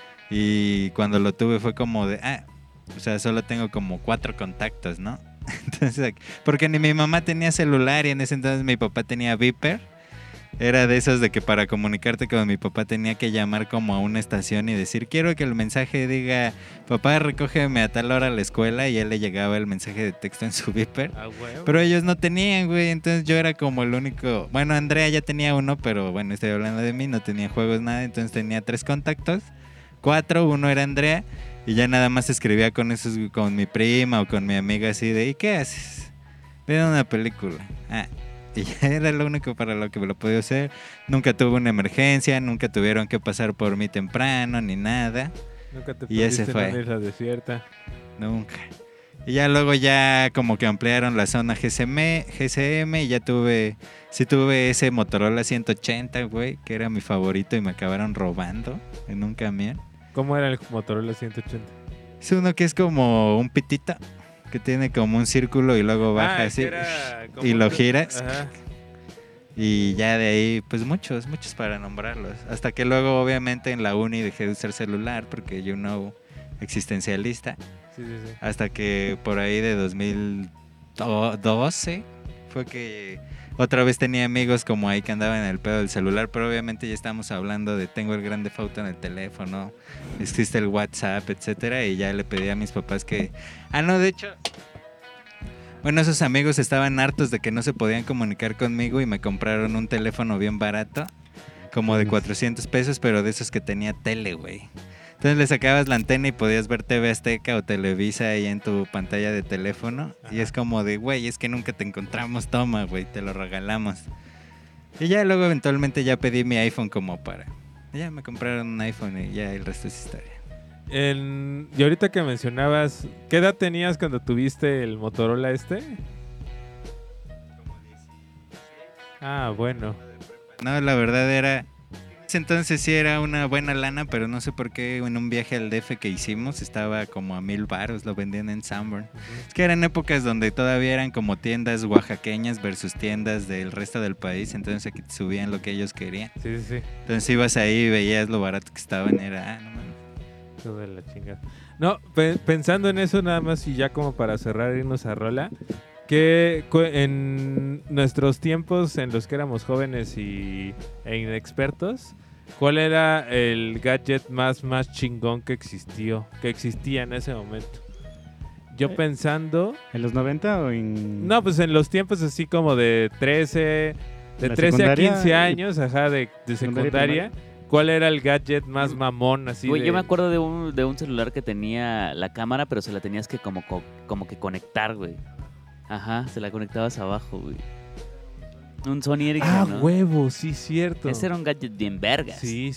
A: Y cuando lo tuve fue como de, o sea, solo tengo como 4 contactos, ¿no? Entonces, porque ni mi mamá tenía celular y en ese entonces mi papá tenía Viper. Era de esos de que para comunicarte con mi papá tenía que llamar como a una estación y decir, quiero que el mensaje diga, papá, recógeme a tal hora a la escuela, y él le llegaba el mensaje de texto en su Viper.
C: Ah, huevo.
A: Pero ellos no tenían, güey, entonces yo era como el único. Bueno, Andrea ya tenía uno, pero bueno, estoy hablando de mí, no tenía juegos, nada, entonces tenía 3 contactos, 4, uno era Andrea, y ya nada más escribía con esos, con mi prima o con mi amiga así de, ¿y qué haces? Viendo una película. Y ya era lo único para lo que lo podía hacer. Nunca tuve una emergencia, nunca tuvieron que pasar por mí temprano ni nada.
C: Nunca te
A: y ese
C: perdiste
A: fue.
C: en una isla desierta.
A: Nunca. Y ya luego ya como que ampliaron la zona GSM y ya tuve ese Motorola 180, güey, que era mi favorito y me acabaron robando en un camión.
C: ¿Cómo era el Motorola 180?
A: Es uno que es como un pitito, que tiene como un círculo y luego baja así
C: que era como
A: y lo
C: un-
A: giras.
C: Ajá.
A: Y ya de ahí, pues muchos para nombrarlos. Hasta que luego obviamente en la uni dejé de usar celular porque existencialista.
C: Sí.
A: Hasta que por ahí de 2012 fue que otra vez tenía amigos como ahí que andaban en el pedo del celular, pero obviamente ya estamos hablando de tengo el Grand Theft Auto en el teléfono, existe el WhatsApp, etcétera, y ya le pedí a mis papás que... no, de hecho... Bueno, esos amigos estaban hartos de que no se podían comunicar conmigo y me compraron un teléfono bien barato, como de 400 pesos, pero de esos que tenía tele, güey. Entonces le sacabas la antena y podías ver TV Azteca o Televisa ahí en tu pantalla de teléfono. Ajá. Y es como de, güey, es que nunca te encontramos, toma, güey, te lo regalamos. Y ya luego eventualmente ya pedí mi iPhone como para... Ya me compraron un iPhone y ya el resto es historia.
C: Y ahorita que mencionabas, ¿qué edad tenías cuando tuviste el Motorola este?
A: Como 16.
C: Bueno.
A: No, la verdad era... Entonces sí era una buena lana, pero no sé por qué en un viaje al DF que hicimos estaba como a 1,000 baros, lo vendían en Sanborn. Es que eran épocas donde todavía eran como tiendas oaxaqueñas versus tiendas del resto del país, entonces aquí te subían lo que ellos querían.
C: Sí.
A: Entonces ibas ahí y veías lo barato que estaban, era, no mames.
C: Hijo de la chingada. No, pensando en eso nada más y ya como para cerrar, irnos a rola, que en nuestros tiempos en los que éramos jóvenes e inexpertos, ¿cuál era el gadget más chingón que existía en ese momento? Yo pensando...
F: ¿En los 90 o en...?
C: No, pues en los tiempos así como de 13 a 15 años, ajá, de secundaria. ¿Cuál era el gadget más mamón así?
G: Güey, yo me acuerdo de un celular que tenía la cámara, pero se la tenías que como que conectar, güey. Ajá, se la conectabas abajo, güey. Un Sony Ericsson, ¿no?
C: Huevo, sí, cierto.
G: Ese era un gadget bien vergas.
C: Sí.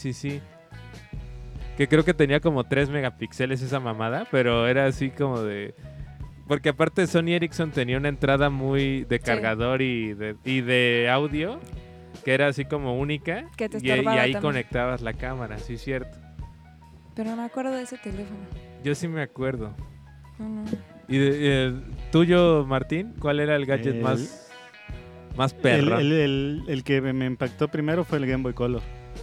C: Que creo que tenía como 3 megapíxeles esa mamada, pero era así como de... Porque aparte Sony Ericsson tenía una entrada muy de cargador y de audio, que era así como única.
B: Que te
C: y ahí
B: también
C: conectabas la cámara, sí, cierto.
B: Pero me acuerdo de ese teléfono.
C: Yo sí me acuerdo.
B: No.
C: ¿Y el tuyo, Martín? ¿Cuál era el gadget más perro?
F: El que me impactó primero fue el Game Boy Color.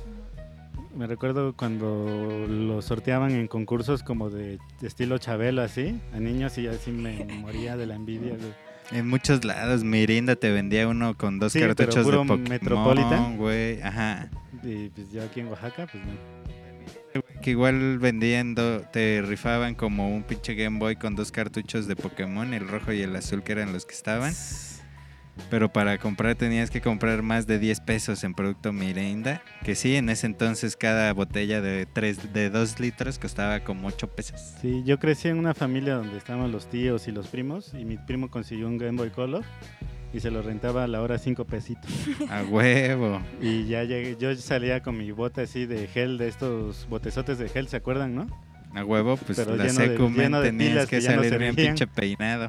F: Me recuerdo cuando lo sorteaban en concursos como de estilo Chabelo, así, a niños, y así me moría de la envidia, güey.
A: En muchos lados, Mirinda te vendía uno con 2 cartuchos
F: pero puro
A: de Pokémon,
F: Metropolitan,
A: güey, ajá.
F: Y pues yo aquí en Oaxaca, pues no.
A: Que igual vendiendo, te rifaban como un pinche Game Boy con 2 cartuchos de Pokémon, el rojo y el azul, que eran los que estaban. Pero para comprar tenías que comprar más de 10 pesos en producto Mirinda. Que sí, en ese entonces cada botella de 2 litros costaba como 8 pesos.
F: Sí, yo crecí en una familia donde estaban los tíos y los primos. Y mi primo consiguió un Game Boy Color y se lo rentaba a la hora 5 pesitos.
A: A huevo.
F: Y ya llegué, yo salía con mi bote así de gel, de estos botezotes de gel, ¿se acuerdan, no?
A: A huevo, pues
F: pero
A: la
F: lleno de
A: tenías
F: pilas
A: que
F: ya no
A: salir bien
F: servían.
A: pinche peinado.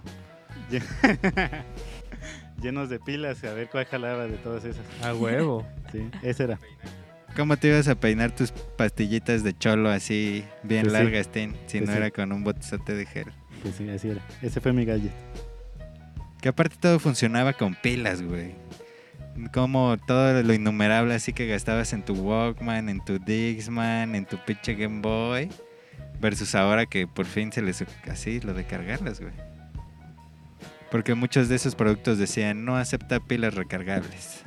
F: Llenos de pilas, a ver cuál jalaba de todas esas.
C: A huevo.
F: Sí, ese era.
A: ¿Cómo te ibas a peinar tus pastillitas de cholo así bien
F: Pues
A: largas, Tin? Si
F: Pues
A: no
F: sí.
A: era con un botezote de gel.
F: Que sí, así era. Ese fue mi gadget.
A: Que aparte todo funcionaba con pilas, güey. Como todo lo innumerable así que gastabas en tu Walkman, en tu Dixman, en tu pinche Game Boy. Versus ahora que por fin se les... así, lo de cargarlas, güey. Porque muchos de esos productos decían, no acepta pilas recargables.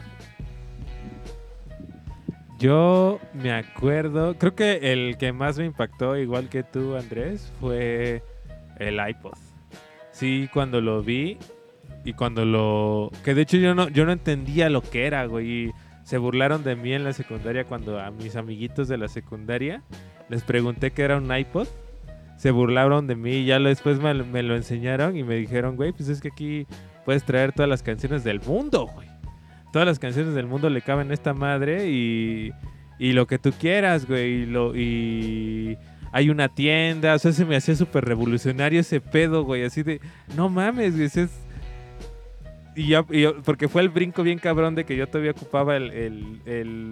C: Yo me acuerdo, creo que el que más me impactó, igual que tú, Andrés, fue el iPod. Sí, cuando lo vi y cuando lo... Que de hecho yo no entendía lo que era, güey. Y se burlaron de mí en la secundaria cuando a mis amiguitos de la secundaria les pregunté qué era un iPod. Se burlaron de mí y ya después me lo enseñaron y me dijeron, güey, pues es que aquí puedes traer todas las canciones del mundo, güey. Todas las canciones del mundo le caben a esta madre y lo que tú quieras, güey. Y hay una tienda, o sea, se me hacía súper revolucionario ese pedo, güey. Así de, no mames, güey. Porque fue el brinco bien cabrón de que yo todavía ocupaba el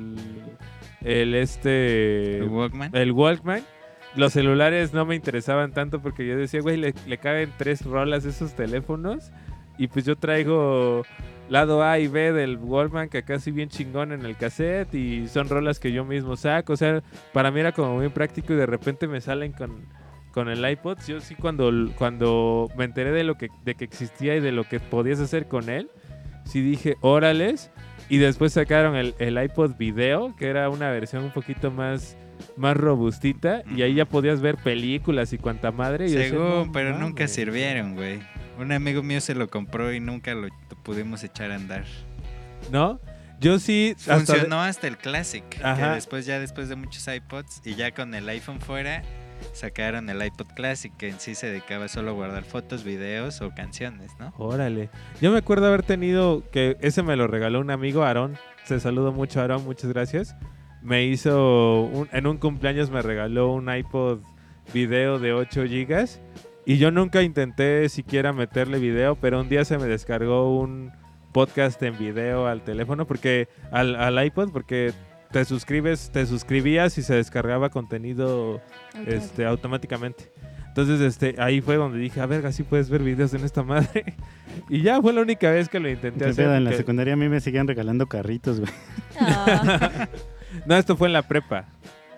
A: Walkman.
C: El Walkman. Los celulares no me interesaban tanto porque yo decía, güey, le caben 3 rolas esos teléfonos. Y pues yo traigo lado A y B del Walkman, que acá sí bien chingón en el cassette. Y son rolas que yo mismo saco. O sea, para mí era como muy práctico y de repente me salen con el iPod. Yo sí cuando me enteré de que existía y de lo que podías hacer con él, sí dije, órales. Y después sacaron el iPod Video, que era una versión un poquito más robustita, y ahí ya podías ver películas y cuanta madre. Y
A: Según,
C: decía, no,
A: pero
C: mames.
A: nunca sirvieron, güey. Un amigo mío se lo compró y nunca lo pudimos echar a andar.
C: ¿No? Yo sí...
A: Funcionó hasta el Classic,
C: Ajá.
A: que después de muchos iPods y ya con el iPhone fuera, sacaron el iPod Classic, que en sí se dedicaba solo a guardar fotos, videos o canciones, ¿no?
C: Órale. Yo me acuerdo haber tenido, que ese me lo regaló un amigo, Aarón. Te saludo mucho, Aarón, muchas gracias. Me hizo, en un cumpleaños me regaló un iPod Video de 8 gigas. Y yo nunca intenté siquiera meterle video, pero un día se me descargó un podcast en video al teléfono, porque al iPod, porque te suscribías y se descargaba contenido automáticamente. Entonces ahí fue donde dije, a ver, así puedes ver videos en esta madre. Y ya fue la única vez que lo intenté hacer.
F: En la secundaria a mí me seguían regalando carritos, güey.
B: Ah.
C: No, esto fue en la prepa.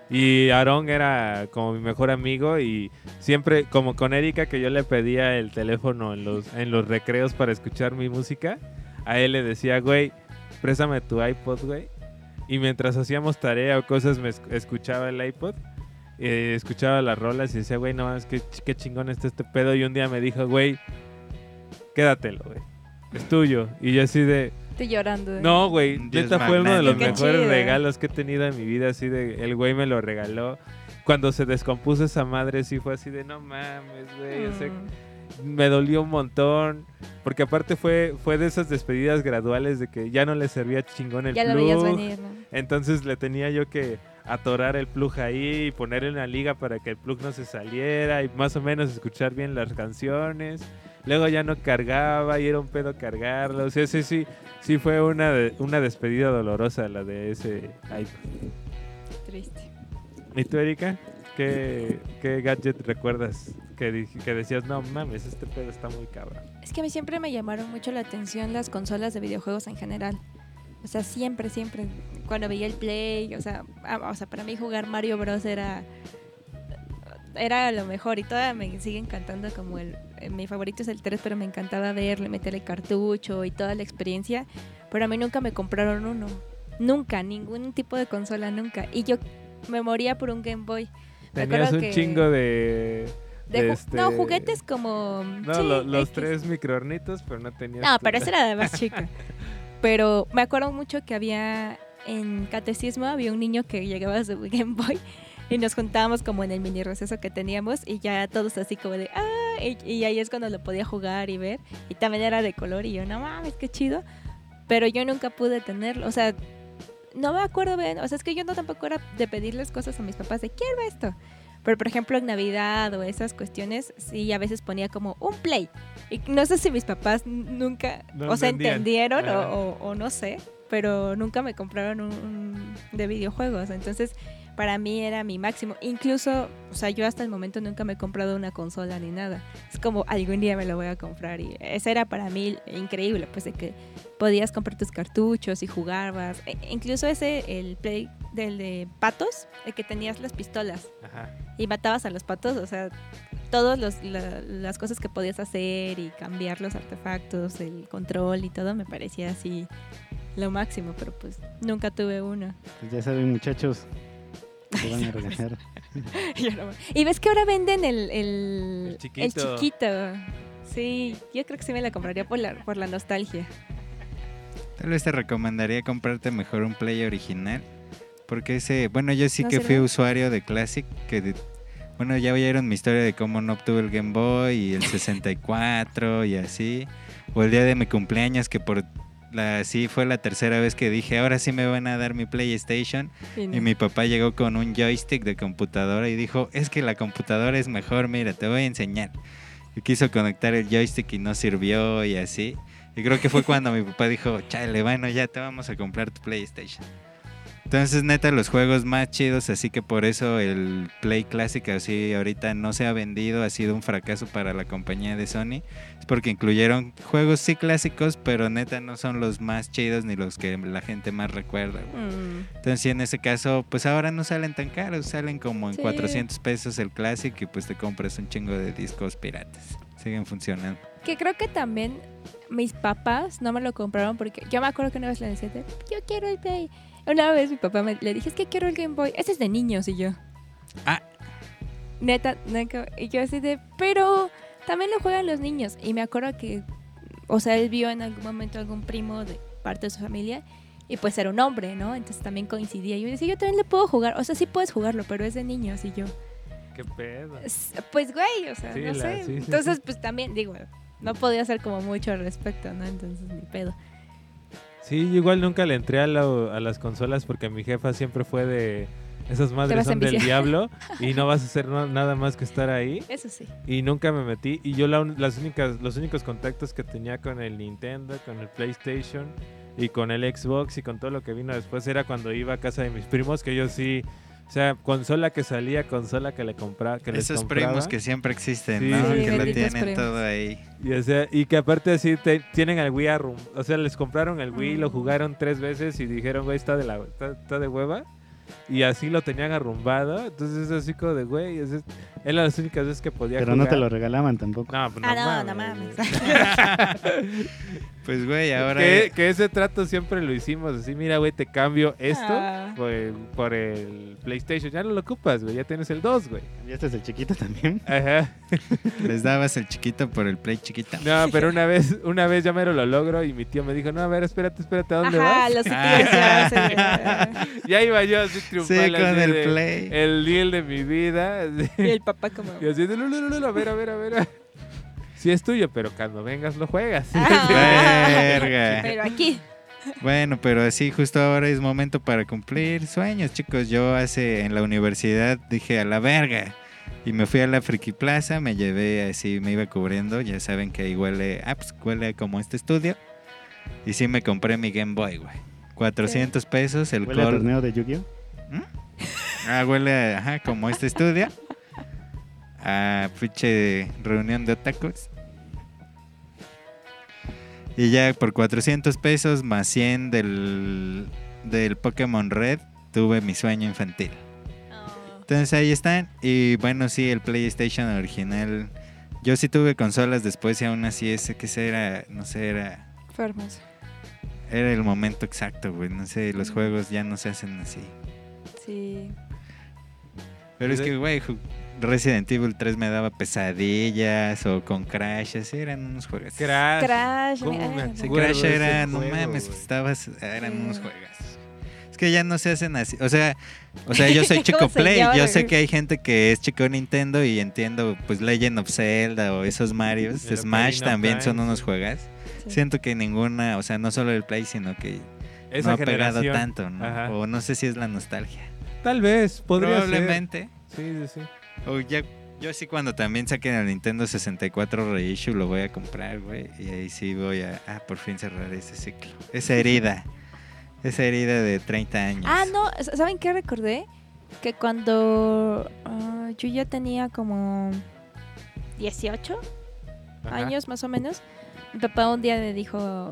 C: Y Aarón era como mi mejor amigo y siempre, como con Erika, que yo le pedía el teléfono en los recreos para escuchar mi música, a él le decía, güey, préstame tu iPod, güey. Y mientras hacíamos tarea o cosas, me escuchaba el iPod, escuchaba las rolas y decía, güey, no mames, qué chingón está este pedo. Y un día me dijo, güey, quédatelo, güey, es tuyo. Y yo así de...
B: Estoy llorando.
C: No, güey, neta fue uno de los
B: Qué
C: mejores
B: chido.
C: regalos que he tenido en mi vida, así de, el güey me lo regaló. Cuando se descompuso esa madre, sí fue así de, no mames, güey, o sea, me dolió un montón, porque aparte fue de esas despedidas graduales de que ya no le servía chingón el
B: Ya
C: plug.
B: lo veías venir, ¿no?
C: Entonces le tenía yo que atorar el plug ahí y ponerle una liga para que el plug no se saliera y más o menos escuchar bien las canciones. Luego ya no cargaba y era un pedo cargarlo. O sea, sí fue una despedida dolorosa la de ese iPod.
B: Triste.
C: ¿Y tú, Erika? ¿Qué gadget recuerdas que decías, no mames, este pedo está muy cabrón?
B: Es que a mí siempre me llamaron mucho la atención las consolas de videojuegos en general. O sea, siempre. Cuando veía el Play, o sea, para mí jugar Mario Bros. Era lo mejor y todavía me sigue encantando como mi favorito es el 3, pero me encantaba verle, meterle cartucho y toda la experiencia. Pero a mí nunca me compraron uno. Nunca, ningún tipo de consola, nunca. Y yo me moría por un Game Boy. Me
C: Tenías
B: acuerdo
C: un chingo de
B: No, juguetes como...
C: No,
B: sí,
C: los
B: X.
C: 3 microornitos, pero no tenías...
B: No, pero esa era de más chica. Pero me acuerdo mucho que había en catecismo, había un niño que llegaba a su Game Boy y nos juntábamos como en el mini receso que teníamos y ya todos así como de y ahí es cuando lo podía jugar y ver, y también era de color y yo, no mames, qué chido, pero yo nunca pude tenerlo, o sea, no me acuerdo bien, o sea, es que yo no tampoco era de pedirles cosas a mis papás de quiero esto, pero por ejemplo en Navidad o esas cuestiones sí a veces ponía como un Play y no sé si mis papás nunca,
C: No
B: o sea,
C: entendían.
B: entendieron
C: Ajá.
B: o no sé, pero nunca me compraron un de videojuegos, entonces para mí era mi máximo. Incluso, o sea, yo hasta el momento nunca me he comprado una consola ni nada. Es como algún día me lo voy a comprar y eso era para mí increíble, pues de que podías comprar tus cartuchos y jugabas. Incluso el Play del de patos, el que tenías las pistolas
C: Ajá.
B: y matabas a los patos, o sea, todas las cosas que podías hacer y cambiar los artefactos, el control y todo me parecía así lo máximo, pero pues nunca tuve uno.
F: Pues ya saben, muchachos, te van a regañar.
B: Y ves que ahora venden el
C: chiquito.
B: chiquito. Sí, yo creo que sí me la compraría por la nostalgia.
A: Tal vez te recomendaría comprarte mejor un Play original. Porque bueno, yo sí
B: ¿No
A: que fui
B: sirve?
A: usuario de Classic. Bueno, ya oyeron mi historia de cómo no obtuve el Game Boy y el 64 y así. O el día de mi cumpleaños que sí fue la tercera vez que dije, ahora sí me van a dar mi PlayStation.
B: Sí, no.
A: Y mi papá llegó con un joystick de computadora y dijo, es que la computadora es mejor, mira, te voy a enseñar. Y quiso conectar el joystick y no sirvió y así. Y creo que fue cuando mi papá dijo, chale, bueno, ya te vamos a comprar tu PlayStation. Entonces, neta, los juegos más chidos, así que por eso el Play Classic así ahorita no se ha vendido, ha sido un fracaso para la compañía de Sony. Es porque incluyeron juegos sí clásicos, pero neta no son los más chidos ni los que la gente más recuerda, güey. Entonces, sí, en ese caso, pues ahora no salen tan caros, salen como en
B: Sí.
A: 400 pesos el Classic y pues te compras un chingo de discos piratas. Siguen funcionando.
B: Que creo que también mis papás no me lo compraron porque yo me acuerdo que una vez le decía, yo quiero el Play. Una vez mi papá le dije, es que quiero el Game Boy. Ese es de niños y yo.
A: Ah.
B: Neta, y yo así de, pero también lo juegan los niños. Y me acuerdo que, o sea, él vio en algún momento algún primo de parte de su familia y pues era un hombre, ¿no? Entonces también coincidía. Y yo decía, yo también le puedo jugar. O sea, sí puedes jugarlo, pero es de niños y yo.
C: ¿Qué pedo?
B: Pues güey, o sea,
C: Sí,
B: no sé.
C: sí,
B: Entonces,
C: sí.
B: pues también, digo, no podía hacer como mucho al respecto, ¿no? Entonces, ni pedo.
C: Sí, yo igual nunca le entré a las consolas porque mi jefa siempre fue de esas
B: Te
C: madres
B: vas a
C: son del
B: enviciar.
C: diablo y no vas a hacer nada más que estar ahí.
B: Eso sí.
C: Y nunca me metí. Y yo los únicos contactos que tenía con el Nintendo, con el PlayStation y con el Xbox y con todo lo que vino después era cuando iba a casa de mis primos, que ellos sí, o sea, consola que salía, consola que les compraba.
A: Esos primos que siempre existen,
C: Sí.
A: ¿no?
C: Sí,
A: Que lo
B: benditos
A: tienen
B: primos.
A: todo ahí.
C: Y, o sea, y que aparte así tienen el Wii o sea, les compraron el Wii, lo jugaron 3 veces y dijeron, güey, está de hueva. y así lo tenían arrumbado. Entonces es así como de, güey, eran las únicas veces que podía
F: Pero
C: jugar.
F: no te lo regalaban tampoco.
C: No, pues
B: No mames.
A: Pues, güey, ahora...
C: Que ese trato siempre lo hicimos así, mira, güey, te cambio esto por el PlayStation. Ya no lo ocupas, güey, ya tienes el 2, güey.
F: ¿Cambiaste el chiquito también?
C: Ajá.
A: Les dabas el chiquito por el Play chiquito.
C: No, pero una vez ya mero lo logro y mi tío me dijo, no, a ver, espérate, ¿a dónde vas?
B: Los tíos ya
C: Ya iba yo así triunfal.
A: Sí, con
C: así
A: el
C: de,
A: Play.
C: El deal de mi vida. Así.
B: Y el papá como...
C: Y así de, no, a ver. Sí es tuyo, pero cuando vengas lo juegas.
A: Verga.
B: Pero aquí.
A: Bueno, pero así justo ahora es momento para cumplir sueños, chicos. Yo en la universidad dije a la verga. Y me fui a la Friki Plaza, me llevé así, me iba cubriendo. Ya saben que ahí huele como este estudio. Y sí me compré mi Game Boy, güey. 400 pesos, el
F: ¿Huele a torneo de Yu-Gi-Oh?
A: Huele como este estudio. A pinche reunión de otakus. Y ya por 400 pesos más 100 del Pokémon Red tuve mi sueño infantil. Entonces ahí están. Y bueno, sí, el PlayStation original. Yo sí tuve consolas después y aún así era
B: Fermos.
A: Era el momento exacto, güey. No sé, los juegos ya no se hacen así.
B: Sí.
A: Pero es que, güey, Resident Evil 3 me daba pesadillas o con Crash, así eran unos juegos.
B: Crash.
C: ¿Cómo me
A: Sí,
C: acuerdo
A: Crash
C: de
A: era,
C: ese
A: no
C: juego,
A: mames,
C: güey?
A: eran unos juegos. Es que ya no se hacen así, o sea, yo soy chico
B: ¿Cómo se
A: Play,
B: llama,
A: yo
B: güey?
A: sé que hay gente que es chico Nintendo y entiendo, pues Legend of Zelda o esos Marios,
C: El
A: Smash
C: Ocarina of
A: también son
C: Time,
A: unos
C: sí.
A: juegas.
B: Sí.
A: Siento que ninguna, o sea, no solo el Play, sino que
C: Esa
A: no ha pegado
C: generación.
A: tanto, ¿no?
C: Ajá.
A: O no sé si es la nostalgia.
C: Tal vez, podría
A: Probablemente.
C: ser. Sí.
A: O ya, yo sí cuando también saquen el Nintendo 64 Reissue lo voy a comprar, güey. Y ahí sí voy a por fin cerrar ese ciclo. Esa herida de 30 años.
B: No, ¿saben qué recordé? Que cuando yo ya tenía como 18
C: Ajá.
B: años más o menos, mi papá un día me dijo,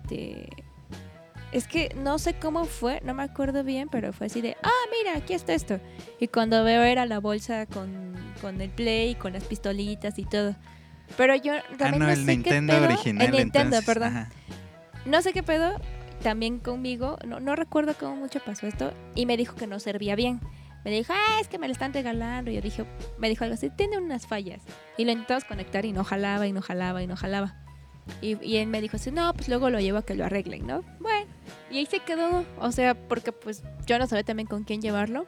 B: es que no sé cómo fue, no me acuerdo bien, pero fue así de, mira, aquí está esto. Y cuando veo era la bolsa con el Play, con las pistolitas y todo. Pero yo también no
A: el
B: sé
A: Nintendo
B: qué pedo.
A: original.
B: El Nintendo,
A: entonces,
B: perdón.
A: ajá.
B: No sé qué pedo, también conmigo, no recuerdo cómo mucho pasó esto, y me dijo que no servía bien. Me dijo, es que me lo están regalando. Y me dijo algo así, tiene unas fallas. Y lo intentamos conectar y no jalaba. Y él me dijo así, no, pues luego lo llevo a que lo arreglen, ¿no? Bueno, y ahí se quedó, o sea, porque pues yo no sabía también con quién llevarlo.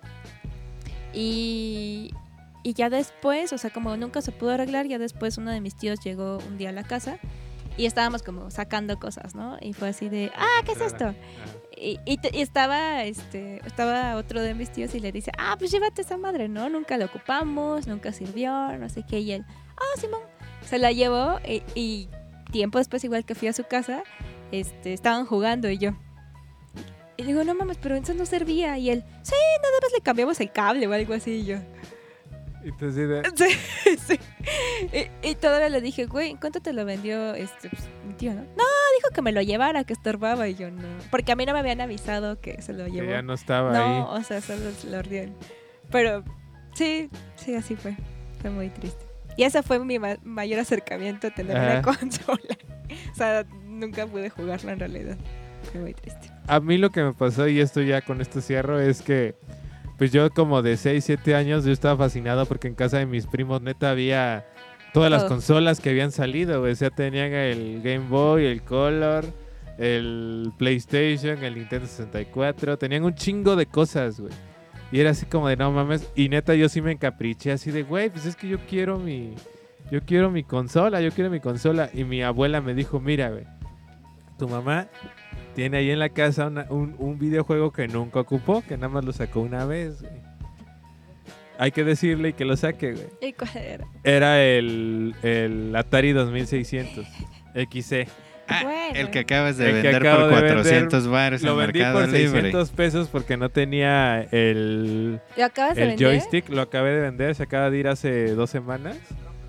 B: Y ya después, o sea, como nunca se pudo arreglar, ya después uno de mis tíos llegó un día a la casa y estábamos como sacando cosas, ¿no? Y fue así de, ¿qué es esto? Y estaba otro de mis tíos y le dice, pues llévate esa madre, ¿no? Nunca la ocupamos, nunca sirvió, no sé qué. Y él, Simón, se la llevó y tiempo después, igual que fui a su casa, estaban jugando y yo. Y digo, no mames, pero eso no servía. Y él, sí, nada más le cambiamos el cable o algo así. Y yo,
C: Entonces,
B: sí. Y todavía le dije, güey, ¿cuánto te lo vendió pues, mi tío, no? No, dijo que me lo llevara, que estorbaba. Y yo, no. Porque a mí no me habían avisado que se lo llevó.
C: que ya no estaba
B: No,
C: ahí.
B: o sea, solo se lo dieron. Pero sí, así fue. Fue muy triste. Y ese fue mi mayor acercamiento a tener una consola. O sea, nunca pude jugarla en realidad. Fue muy triste.
C: A mí lo que me pasó, y esto ya con esto cierro, es que pues yo como de 6, 7 años yo estaba fascinado porque en casa de mis primos neta había todas las consolas que habían salido, güey. O sea, tenían el Game Boy, el Color, el PlayStation, el Nintendo 64. Tenían un chingo de cosas, güey. Y era así como de no mames. Y neta yo sí me encapriché así de, güey, pues es que yo quiero mi consola. Y mi abuela me dijo, mira, güey, tu mamá tiene ahí en la casa un videojuego que nunca ocupó, que nada más lo sacó una vez, güey. Hay que decirle y que lo saque, güey.
B: ¿Y cuál era?
C: Era el Atari 2600 XC.
B: Bueno.
A: El que acabas de
C: El que
A: vender
C: acabo
A: por
C: de
A: 400 baros en
C: Lo vendí
A: Mercado
C: por
A: Libre.
C: 600 pesos porque no tenía el
B: ¿Lo acabas de vender?
C: joystick. Lo acabé de vender, se acaba de ir hace 2 semanas.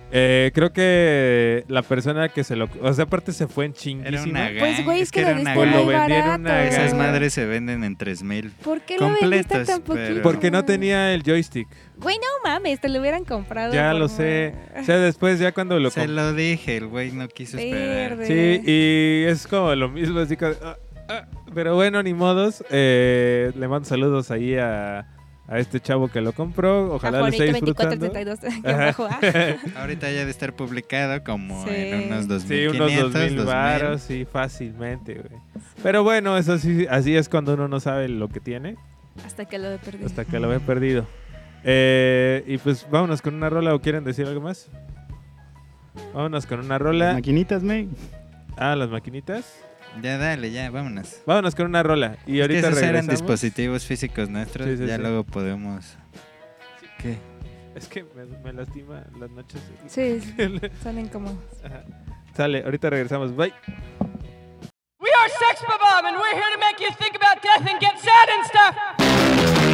C: Creo que la persona que se lo... O sea, aparte se fue en
A: Era
C: chinguísima.
A: una gang.
B: Pues, güey, es que
A: era
B: lo
A: una
B: diste
C: Pues lo
B: muy
C: vendieron
B: barato.
C: una gang.
A: Esas madres se venden en 3,000.
B: ¿Por qué lo vendiste
A: completos,
B: tan poquito?
A: pero-
C: Porque no tenía el joystick.
B: Güey, no mames, te lo hubieran comprado.
C: Ya
B: por
C: lo sé.
B: más.
C: O sea, después ya cuando lo
A: Se
C: compré.
A: lo dije, el güey no quiso esperar.
B: Verde.
C: Sí, y es como lo mismo, así que, pero bueno, ni modos. Le mando saludos ahí a este chavo que lo compró. Ojalá lo esté disfrutando.
B: 2432.
C: Ajá.
B: Bajo,
A: Ahorita ya de estar publicado como
B: Sí.
A: en unos
C: Sí,
A: 2,500,
C: unos 2000
A: 2000.
C: varos, sí, fácilmente, güey. Pero bueno, eso sí, así es cuando uno no sabe lo que tiene
B: Hasta que lo he perdido.
C: hasta que lo ve perdido. Y pues vámonos con una rola, ¿o quieren decir algo más? Vámonos con una rola.
F: Maquinitas, men.
C: Las maquinitas.
A: Ya dale, ya, vámonos.
C: Vámonos con una rola. Y
A: Es que
C: ahorita
A: esos eran
C: regresamos.
A: dispositivos físicos nuestros,
C: Sí, sí,
A: ya
C: sí.
A: luego podemos... ¿Qué?
C: Es que me lastima las noches.
B: Sí, son incómodos.
C: Ajá. Sale, ahorita regresamos. Bye.
J: We are Sex Bomb, and we're here to make you think about death and get sad and stuff.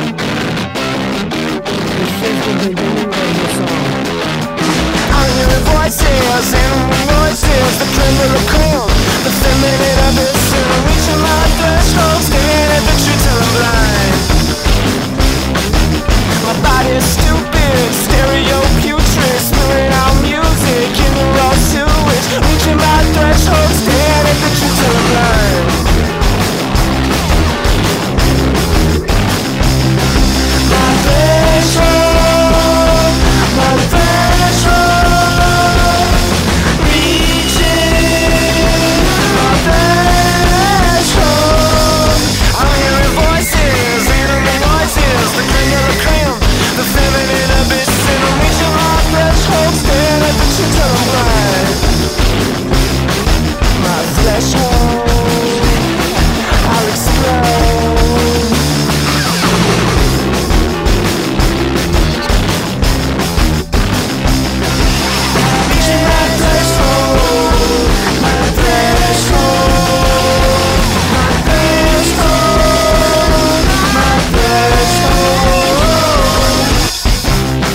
K: I'm hearing voices, animal noises, the creme de la creme, the feminine abyss, and I'm reaching my threshold, staring at the truth till I'm blind. My body's stupid, stereo putrid, spewing out music in the raw sewage, reaching my threshold, staring at the truth till I'm blind. My threshold, my threshold, reaching my threshold. I'm hearing voices, animal noises, the creme de la creme, the feminine abyss, and I'm reaching my threshold, staring at the truth till I'm blind. My threshold, I'll explode. Reaching my threshold, my threshold, my threshold, my threshold.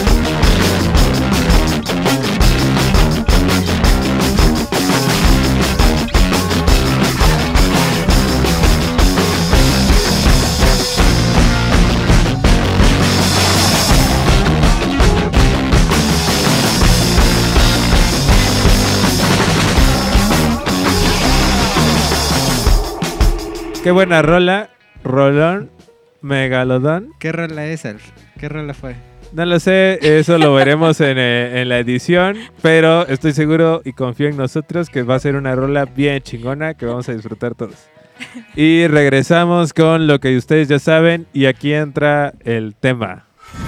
C: Qué buena rola. Rolón. Megalodón.
A: ¿Qué rola es, Alf? ¿Qué rola fue?
C: No lo sé, eso lo veremos en la edición, pero estoy seguro y confío en nosotros que va a ser una rola bien chingona que vamos a disfrutar todos. Y regresamos con lo que ustedes ya saben y aquí entra el tema.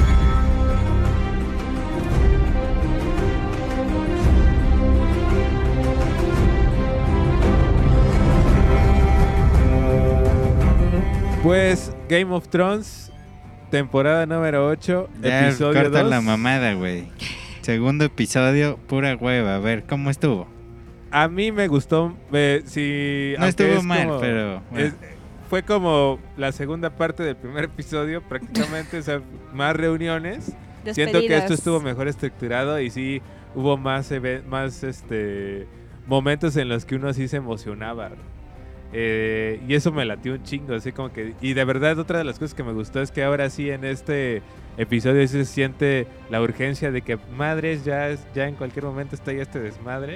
C: Pues Game of Thrones, temporada número 8,
A: Ya
C: episodio
A: corta
C: 2.
A: la mamada, güey. Segundo episodio, pura hueva. A ver, ¿cómo estuvo?
C: A mí me gustó.
A: No
C: aunque
A: estuvo
C: es
A: mal,
C: como-
A: pero... bueno.
C: fue como la segunda parte del primer episodio, prácticamente, o sea, más reuniones. Siento que esto estuvo mejor estructurado y sí hubo más momentos en los que uno sí se emocionaba. Y eso me latió un chingo, así como que... Y de verdad otra de las cosas que me gustó es que ahora sí en este episodio sí se siente la urgencia de que madres ya en cualquier momento está ya este desmadre.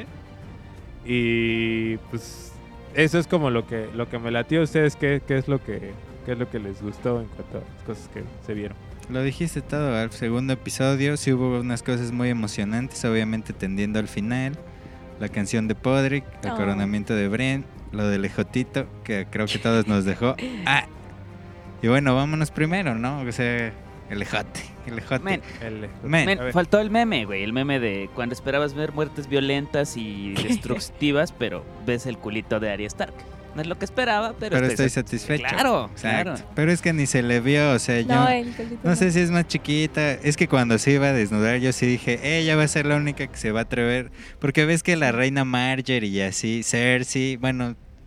C: Y pues eso es como lo que me latió a ustedes. ¿Qué es lo que les gustó en cuanto a las cosas que se vieron?
A: Lo dijiste todo, al segundo episodio sí hubo unas cosas muy emocionantes, obviamente tendiendo al final. La canción de Podrick, el
B: Oh.
A: coronamiento de Brienne, lo del ejotito, que creo que todos nos dejó. Y bueno, vámonos primero, ¿no? O sea, el ejote.
G: Men,
A: Men.
C: A ver.
G: faltó el meme, güey. El meme de cuando esperabas ver muertes violentas y destructivas, pero ves el culito de Arya Stark. No es lo que esperaba, pero
A: estoy satisfecho.
G: Claro,
A: Exacto.
G: claro.
A: Pero es que ni se le vio, o sea,
B: No,
A: yo...
B: el pelito
A: No sé si es más chiquita. Es que cuando se iba a desnudar yo sí dije, ella va a ser la única que se va a atrever. Porque ves que la reina Marjorie y así, Cersei, bueno,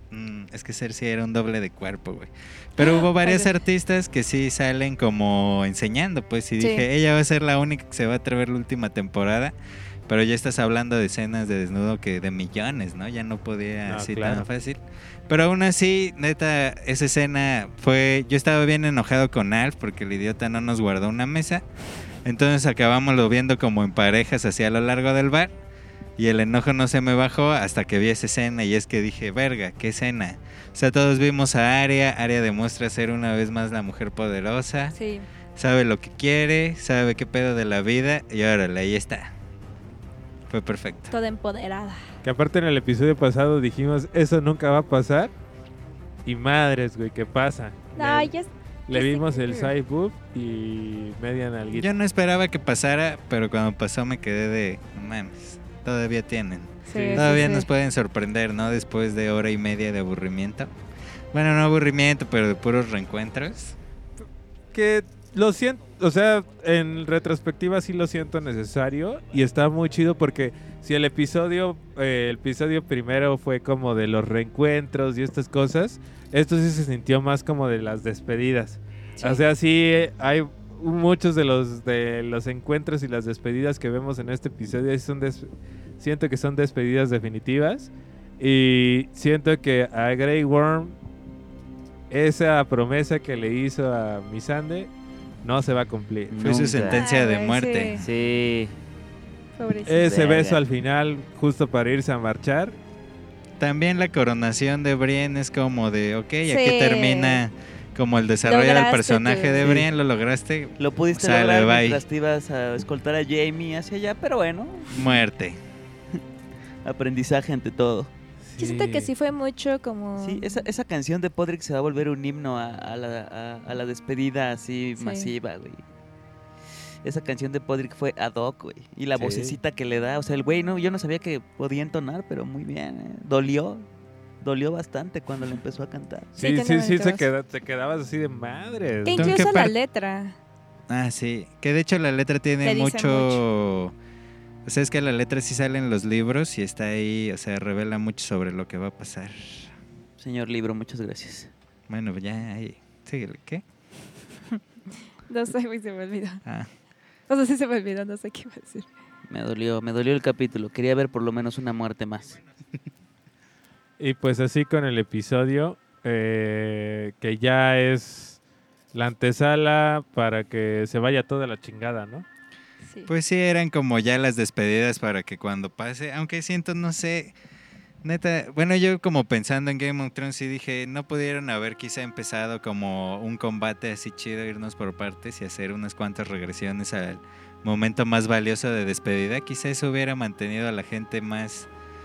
A: Es que Cersei era un doble de cuerpo, güey. Pero hubo varios artistas que sí salen como enseñando, pues. Y
B: Sí.
A: dije, ella va a ser la única que se va a atrever la última temporada. Pero ya estás hablando de escenas de desnudo que de millones, ¿no? Ya no podía así
C: claro.
A: tan fácil. Pero aún así, neta, esa escena fue... Yo estaba bien enojado con Alf porque el idiota no nos guardó una mesa. Entonces acabamos lo viendo como en parejas así a lo largo del bar. Y el enojo no se me bajó hasta que vi esa escena y es que dije, verga, ¿qué escena? O sea, todos vimos a Arya. Arya demuestra ser una vez más la mujer poderosa.
B: Sí.
A: Sabe lo que quiere, sabe qué pedo de la vida y órale, ahí está. Fue perfecto.
B: Toda empoderada.
C: Que aparte en el episodio pasado dijimos, eso nunca va a pasar. Y madres, güey, ¿qué pasa?
B: No,
C: le,
B: ya...
C: le
B: ya
C: vimos
B: sé
C: el
B: que-
C: side boob y media nalguita.
A: Yo no esperaba que pasara, pero cuando pasó me quedé de, no mames, todavía tienen.
B: Sí,
A: Todavía
B: sí,
A: nos
B: sí.
A: pueden sorprender, ¿no? Después de hora y media de aburrimiento. Bueno, no aburrimiento, pero de puros reencuentros.
C: Que lo siento, o sea, en retrospectiva sí lo siento necesario y está muy chido porque si el episodio primero fue como de los reencuentros y estas cosas, esto sí se sintió más como de las despedidas.
B: Sí.
C: O sea, sí hay muchos de los encuentros y las despedidas que vemos en este episodio son siento que son despedidas definitivas y siento que a Grey Worm esa promesa que le hizo a Missandei no se va a cumplir.
A: Fue su
G: Nunca.
A: sentencia de
B: güey,
A: muerte.
B: sí.
G: Sí.
B: Pobrecito.
C: Ese
G: Verga.
C: beso al final, justo para irse a marchar.
A: También la coronación de Brienne es como de, ok,
B: Sí.
A: aquí termina como el desarrollo del
B: Lograste
A: personaje
B: tu-
A: de
G: Sí.
A: Brienne, lo lograste,
G: Lo pudiste
A: Sale,
G: lograr
A: bye.
G: mientras te ibas a escoltar a Jamie hacia allá, pero bueno,
A: muerte.
G: aprendizaje ante todo.
B: Yo siento que sí fue mucho como...
G: Sí, esa canción de Podrick se va a volver un himno a la despedida así
B: Sí.
G: masiva, güey. Esa canción de Podrick fue ad hoc, güey. Y la
C: Sí.
G: vocecita que le da, o sea, el güey, no, yo no sabía que podía entonar, pero muy bien, ¿eh? Dolió bastante cuando le empezó a cantar.
B: Sí,
C: Sí,
B: tiene
C: sí,
B: bonita voz.
C: te quedabas así de madre.
B: Que
A: ¿Tú en qué
B: incluso la
A: parte?
B: letra.
A: Ah, sí. Que de hecho la letra
B: Te
A: tiene
B: dice
A: mucho... O sea, es que la letra sí sale en los libros y está ahí, o sea, revela mucho sobre lo que va a pasar.
G: Señor Libro, muchas gracias.
A: Bueno, ya ahí. Síguele, ¿qué?
B: No sé, güey, se me olvidó.
A: Ah,
B: O sea, sí se me olvidó, no sé qué iba a decir.
G: Me dolió el capítulo. Quería ver por lo menos una muerte más.
C: Y pues así con el episodio, que ya es la antesala para que se vaya toda la chingada, ¿no?
B: Sí.
A: pues sí, eran como ya las despedidas para que cuando pase, aunque siento, no sé, neta, bueno, yo como pensando en Game of Thrones sí dije, no pudieron haber quizá empezado como un combate así chido, irnos por partes y hacer unas cuantas regresiones al momento más valioso de despedida, quizá eso hubiera mantenido a la gente más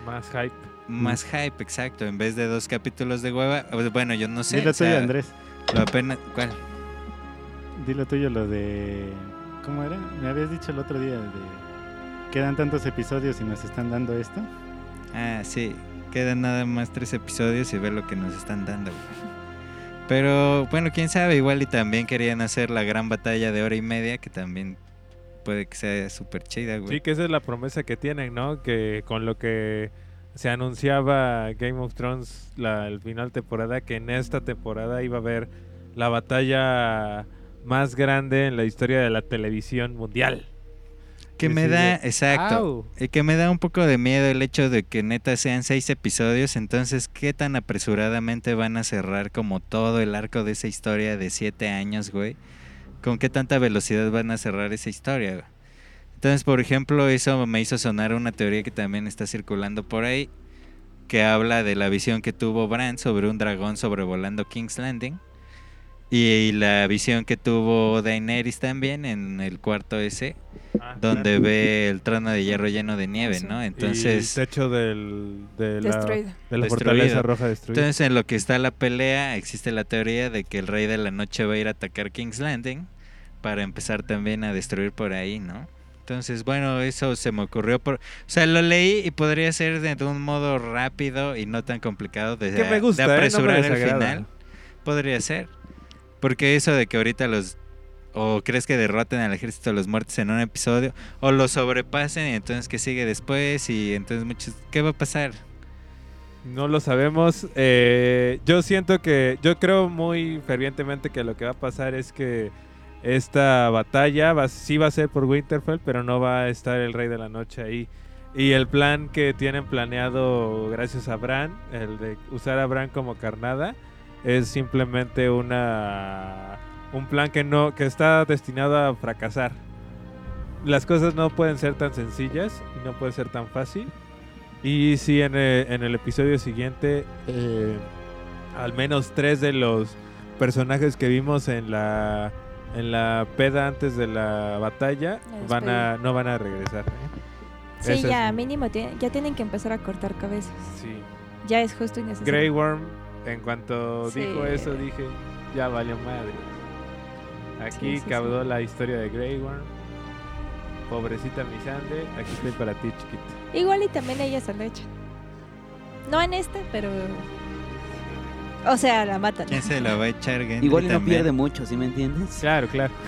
A: hype, exacto, en vez de 2 capítulos de hueva. Bueno, yo no sé.
F: Dilo
A: o sea,
F: tuyo, Andrés.
A: Lo apenas, ¿cuál?
F: Dilo tuyo, lo de... ¿Cómo era? Me habías dicho el otro día de... Quedan tantos episodios y nos están dando esto.
A: Ah, sí, quedan nada más 3 episodios y ver lo que nos están dando, güey. Pero bueno, quién sabe, igual y también querían hacer la gran batalla de hora y media, que también puede que sea súper chida, güey.
C: Sí, que esa es la promesa que tienen, ¿no? Que con lo que se anunciaba Game of Thrones el final temporada, que en esta temporada iba a haber la batalla más grande en la historia de la televisión mundial.
A: Que me da, exacto, y que me da un poco de miedo el hecho de que neta sean 6 episodios, entonces qué tan apresuradamente van a cerrar como todo el arco de esa historia de 7 años, güey. Con qué tanta velocidad van a cerrar esa historia, güey. Entonces, por ejemplo, eso me hizo sonar una teoría que también está circulando por ahí, que habla de la visión que tuvo Bran sobre un dragón sobrevolando King's Landing. Y la visión que tuvo Daenerys también en el cuarto ese, donde
C: claro.
A: ve el trono de hierro lleno de nieve, ¿no? Entonces,
C: Y el techo de la
A: destruido.
C: fortaleza roja destruida.
A: Entonces, en lo que está la pelea, existe la teoría de que el Rey de la Noche va a ir a atacar King's Landing para empezar también a destruir por ahí, ¿no? Entonces, bueno, eso se me ocurrió o sea, lo leí y podría ser de un modo rápido y no tan complicado de,
C: Que me gusta,
A: de apresurar
C: no me
A: el
C: desagrada.
A: final. Podría ser. Porque eso de que ahorita o crees que derroten al ejército de los muertos en un episodio, o lo sobrepasen y entonces ¿qué sigue después? Y entonces ¿qué va a pasar?
C: No lo sabemos. Yo creo muy fervientemente que lo que va a pasar es que esta batalla sí va a ser por Winterfell, pero no va a estar el Rey de la Noche ahí. Y el plan que tienen planeado gracias a Bran, el de usar a Bran como carnada, es simplemente un plan que está destinado a fracasar. Las cosas no pueden ser tan sencillas y no puede ser tan fácil. Y sí, en el episodio siguiente, al menos 3 de los personajes que vimos en la peda antes de la batalla no van a regresar.
B: Sí, ya mínimo ya tienen que empezar a cortar cabezas.
C: Sí.
B: Ya es justo y necesario.
C: Grey Worm, en cuanto dijo eso, dije, ya valió madre. Aquí caudó la historia de Grey Worm. Pobrecita Missandei, aquí estoy para ti, chiquita.
B: Igual y también ella se la echan. No en pero... O sea, la matan.
A: ¿Quién se la va a echar? Gendry
G: igual y no
A: también.
G: pierde mucho, ¿sí me entiendes?
C: Claro.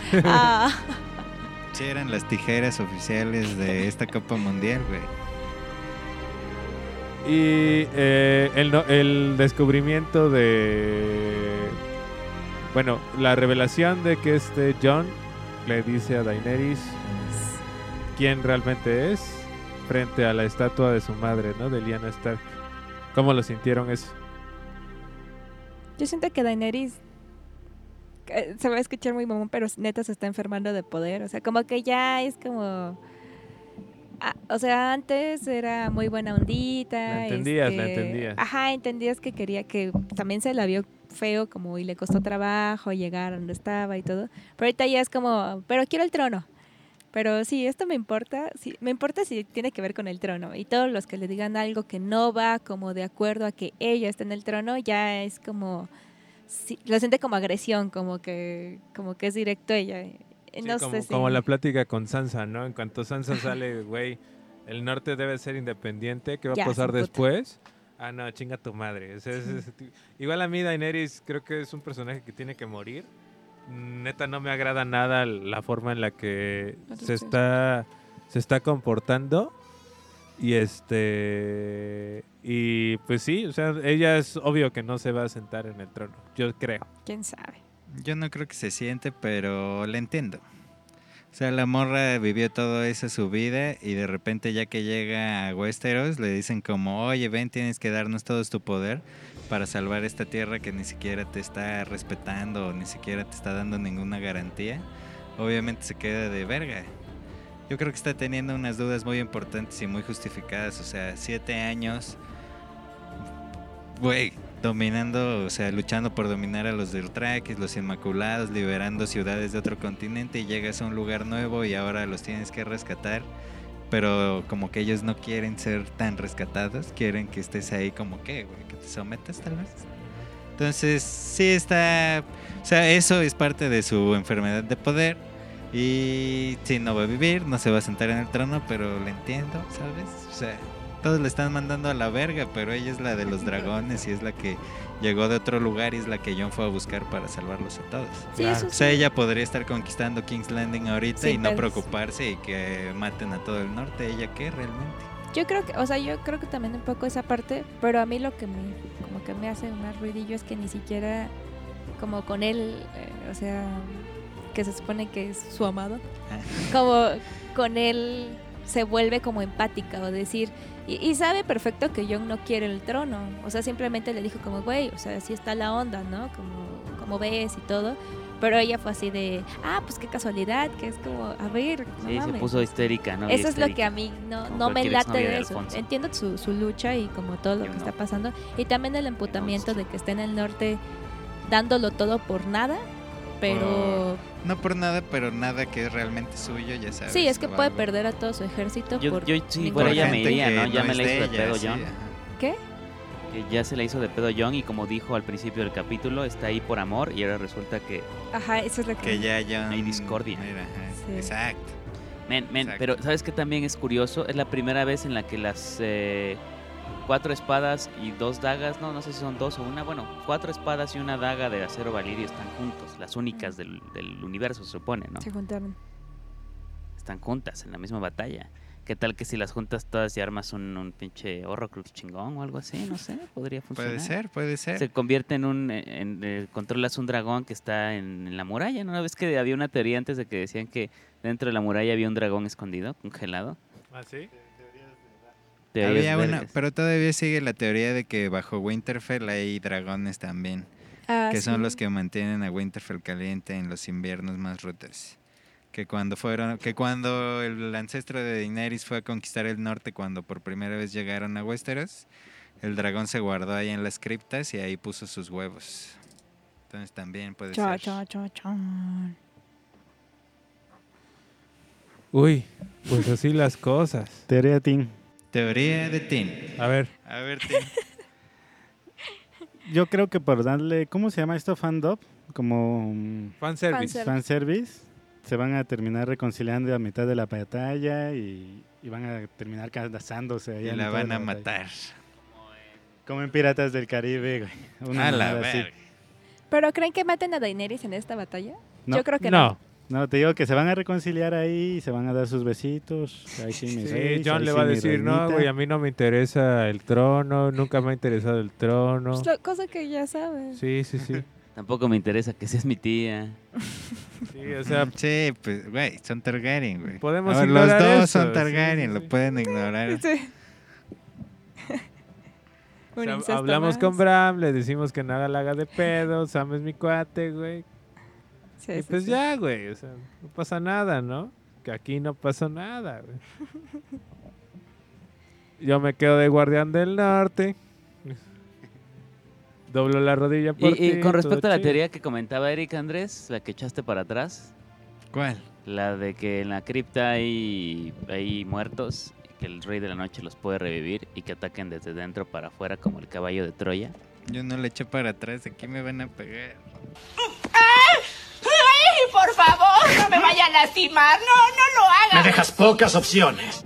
A: Sí, eran las tijeras oficiales de esta Copa Mundial, güey.
C: Y el descubrimiento de... Bueno, la revelación de que Jon le dice a Daenerys quién realmente es frente a la estatua de su madre, ¿no? De Lyanna Stark. ¿Cómo lo sintieron eso?
B: Yo siento que Daenerys se va a escuchar muy mamón, pero neta se está enfermando de poder. O sea, como que ya es como... o sea, antes era muy buena ondita.
C: La entendías.
B: Ajá, entendías que quería que... También se la vio feo como y le costó trabajo llegar a donde estaba y todo. Pero ahorita ya es como... Pero quiero el trono. Pero sí, esto me importa. Sí, me importa si tiene que ver con el trono. Y todos los que le digan algo que no va como de acuerdo a que ella esté en el trono, ya es como... Sí, lo siente como agresión, como que es directo ella. No sé si...
C: Como la plática con Sansa, ¿no? En cuanto Sansa sale, güey, el norte debe ser independiente, ¿qué va a pasar después? Ah, no, chinga tu madre. Igual a mí Daenerys creo que es un personaje que tiene que morir. Neta no me agrada nada la forma en la que se está comportando. Y pues sí, o sea, ella es obvio que no se va a sentar en el trono, yo creo.
B: ¿Quién sabe?
A: Yo no creo que se siente, pero le entiendo. O sea, la morra vivió todo eso su vida y de repente ya que llega a Westeros le dicen como, oye, ven, tienes que darnos todo tu poder para salvar esta tierra que ni siquiera te está respetando o ni siquiera te está dando ninguna garantía. Obviamente se queda de verga. Yo creo que está teniendo unas dudas muy importantes y muy justificadas. O sea, 7 años, güey, dominando, o sea, luchando por dominar a los Dothraki, los Inmaculados, liberando ciudades de otro continente y llegas a un lugar nuevo y ahora los tienes que rescatar. Pero como que ellos no quieren ser tan rescatados, quieren que estés ahí como que, güey, que te sometas tal vez. Entonces, sí está, o sea, eso es parte de su enfermedad de poder. Y sí, no va a vivir, no se va a sentar en el trono, pero le entiendo, ¿sabes? O sea, todos le están mandando a la verga, pero ella es la de los dragones y es la que llegó de otro lugar y es la que Jon fue a buscar para salvarlos a todos.
B: Sí, eso
A: o sea, ella podría estar conquistando King's Landing ahorita
B: sí,
A: y no preocuparse y que maten a todo el norte. ¿Ella qué realmente?
B: Yo creo que también un poco esa parte, pero a mí lo que me hace más ruidillo es que ni siquiera como con él, o sea, que se supone que es su amado, como con él se vuelve como empática o decir, y sabe perfecto que Jon no quiere el trono, o sea, simplemente le dijo como, güey, o sea, así está la onda, ¿no? Como ves y todo, pero ella fue así de, pues qué casualidad, que es como, a ver, no
G: sí,
B: mames.
G: Se puso histérica, ¿no?
B: Eso es lo que a mí no me late de eso.
G: Alfonso.
B: Entiendo su lucha y como todo lo que está pasando, y también el emputamiento de que esté en el norte dándolo todo por nada, pero...
A: No por nada, pero nada que es realmente suyo, ya sabes.
B: Sí, es que puede perder a todo su ejército.
G: Yo sí, por ella me iría, ¿no? Ya me la hizo de pedo
A: sí,
G: Jon.
B: ¿Qué?
G: Que ya se la hizo de pedo Jon y como dijo al principio del capítulo, está ahí por amor y ahora resulta que...
B: Ajá, eso es lo
A: que ya Jon...
G: Hay discordia.
A: Mira,
B: sí.
A: Exacto.
G: Exacto. Pero ¿sabes qué también es curioso? Es la primera vez en la que las 4 espadas y 2 dagas, no sé si son 2 o 1, bueno, 4 espadas y una daga de acero valirio están juntos, las únicas del universo se supone, ¿no?
B: Se juntaron.
G: están juntas en la misma batalla. ¿Qué tal que si las juntas todas y armas un pinche Horrocrux chingón o algo así? No sé, podría funcionar.
A: Puede ser.
G: Se convierte controlas un dragón que está en la muralla, ¿no? ¿Una vez que había una teoría antes de que decían que dentro de la muralla había un dragón escondido, congelado?
C: ¿Ah, sí?
A: Había una, pero todavía sigue la teoría de que bajo Winterfell hay dragones también, que son los que mantienen a Winterfell caliente en los inviernos más rudos. Que cuando el ancestro de Daenerys fue a conquistar el norte, cuando por primera vez llegaron a Westeros, el dragón se guardó ahí en las criptas y ahí puso sus huevos. Entonces también puede ser.
C: Uy, pues así las cosas.
F: Teoría Tin.
A: Teoría de Tin.
C: A ver,
A: Tin.
F: Yo creo que por darle, ¿cómo se llama esto? Fandub, como fanservice. Se van a terminar reconciliando a mitad de la batalla y van a terminar casándose.
A: Y la van a matar.
F: Como en Piratas del Caribe, güey.
A: A la verga.
B: ¿Pero creen que maten a Daenerys en esta batalla?
F: No.
B: Yo creo que no.
F: No, te digo que se van a reconciliar ahí y se van a dar sus besitos. Ahí sí, mi rey,
C: John le va a decir, no, güey, a mí no me interesa el trono, nunca me ha interesado el trono.
B: Pues cosa que ya sabes.
C: Sí.
G: Tampoco me interesa que seas mi tía.
C: Sí, o sea...
A: Sí, pues, güey, son Targaryen, güey.
C: Podemos
A: ignorar los dos
C: eso,
A: son Targaryen,
C: sí.
A: Lo pueden ignorar.
B: Sí.
C: O sea, hablamos con Bram, le decimos que nada la haga de pedo, Sam es mi cuate, güey.
B: Sí,
C: y pues ya, güey, o sea, no pasa nada, ¿no? Que aquí no pasó nada, güey. Yo me quedo de guardián del norte. Doblo la rodilla por ti.
G: Y con respecto a la teoría que comentaba Eric Andrés, la que echaste para atrás.
A: ¿Cuál?
G: La de que en la cripta hay muertos y que el rey de la noche los puede revivir y que ataquen desde dentro para afuera como el caballo de Troya.
A: Yo no le eché para atrás, aquí me van a pegar.
I: ¡Ay, por favor! ¡No me vaya a lastimar! ¡No lo hagas!
E: Me dejas pocas opciones.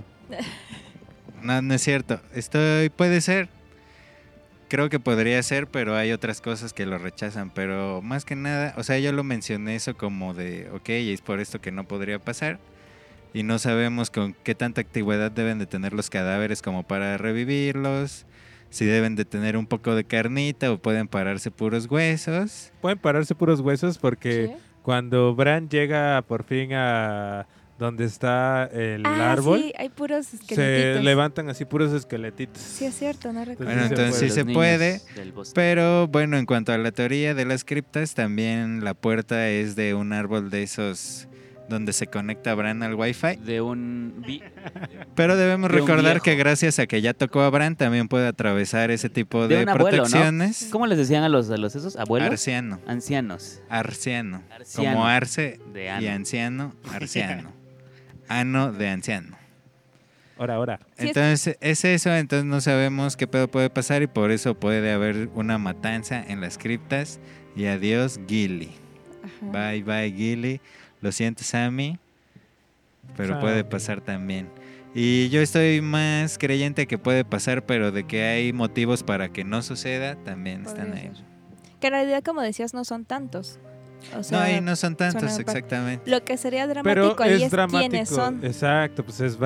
A: No es cierto. Puede ser. Creo que podría ser, pero hay otras cosas que lo rechazan. Pero más que nada, o sea, yo lo mencioné eso como de, ok, es por esto que no podría pasar. Y no sabemos con qué tanta antigüedad deben de tener los cadáveres como para revivirlos. Si deben de tener un poco de carnita o pueden pararse puros huesos.
C: Pueden pararse puros huesos porque cuando Bran llega por fin a donde está el árbol,
B: sí, hay puros esqueletitos.
C: Se levantan así puros esqueletitos.
B: Sí, es cierto, no recuerdo.
A: Bueno, entonces sí se puede, pero bueno, en cuanto a la teoría de las criptas, también la puerta es de un árbol de esos donde se conecta Bran al Wi-Fi. Pero debemos recordar que gracias a que ya tocó a Bran, también puede atravesar ese tipo de protecciones.
G: Abuelo, ¿no? ¿Cómo les decían a los esos abuelos?
A: Ancianos.
G: Arciano.
A: Como arce y anciano, arciano. Ano de anciano.
C: Ahora.
A: Entonces es eso, entonces no sabemos qué pedo puede pasar y por eso puede haber una matanza en las criptas. Y adiós, Gilly. Ajá. Bye, Gilly. Lo siento, Sammy, pero puede pasar también. Y yo estoy más creyente que puede pasar, pero de que hay motivos para que no suceda, también están ahí.
B: Que en realidad, como decías, no son tantos. O sea,
A: no, ahí no son tantos, exactamente.
B: Lo que sería dramático pero ahí es quiénes son.
C: Exacto, pues es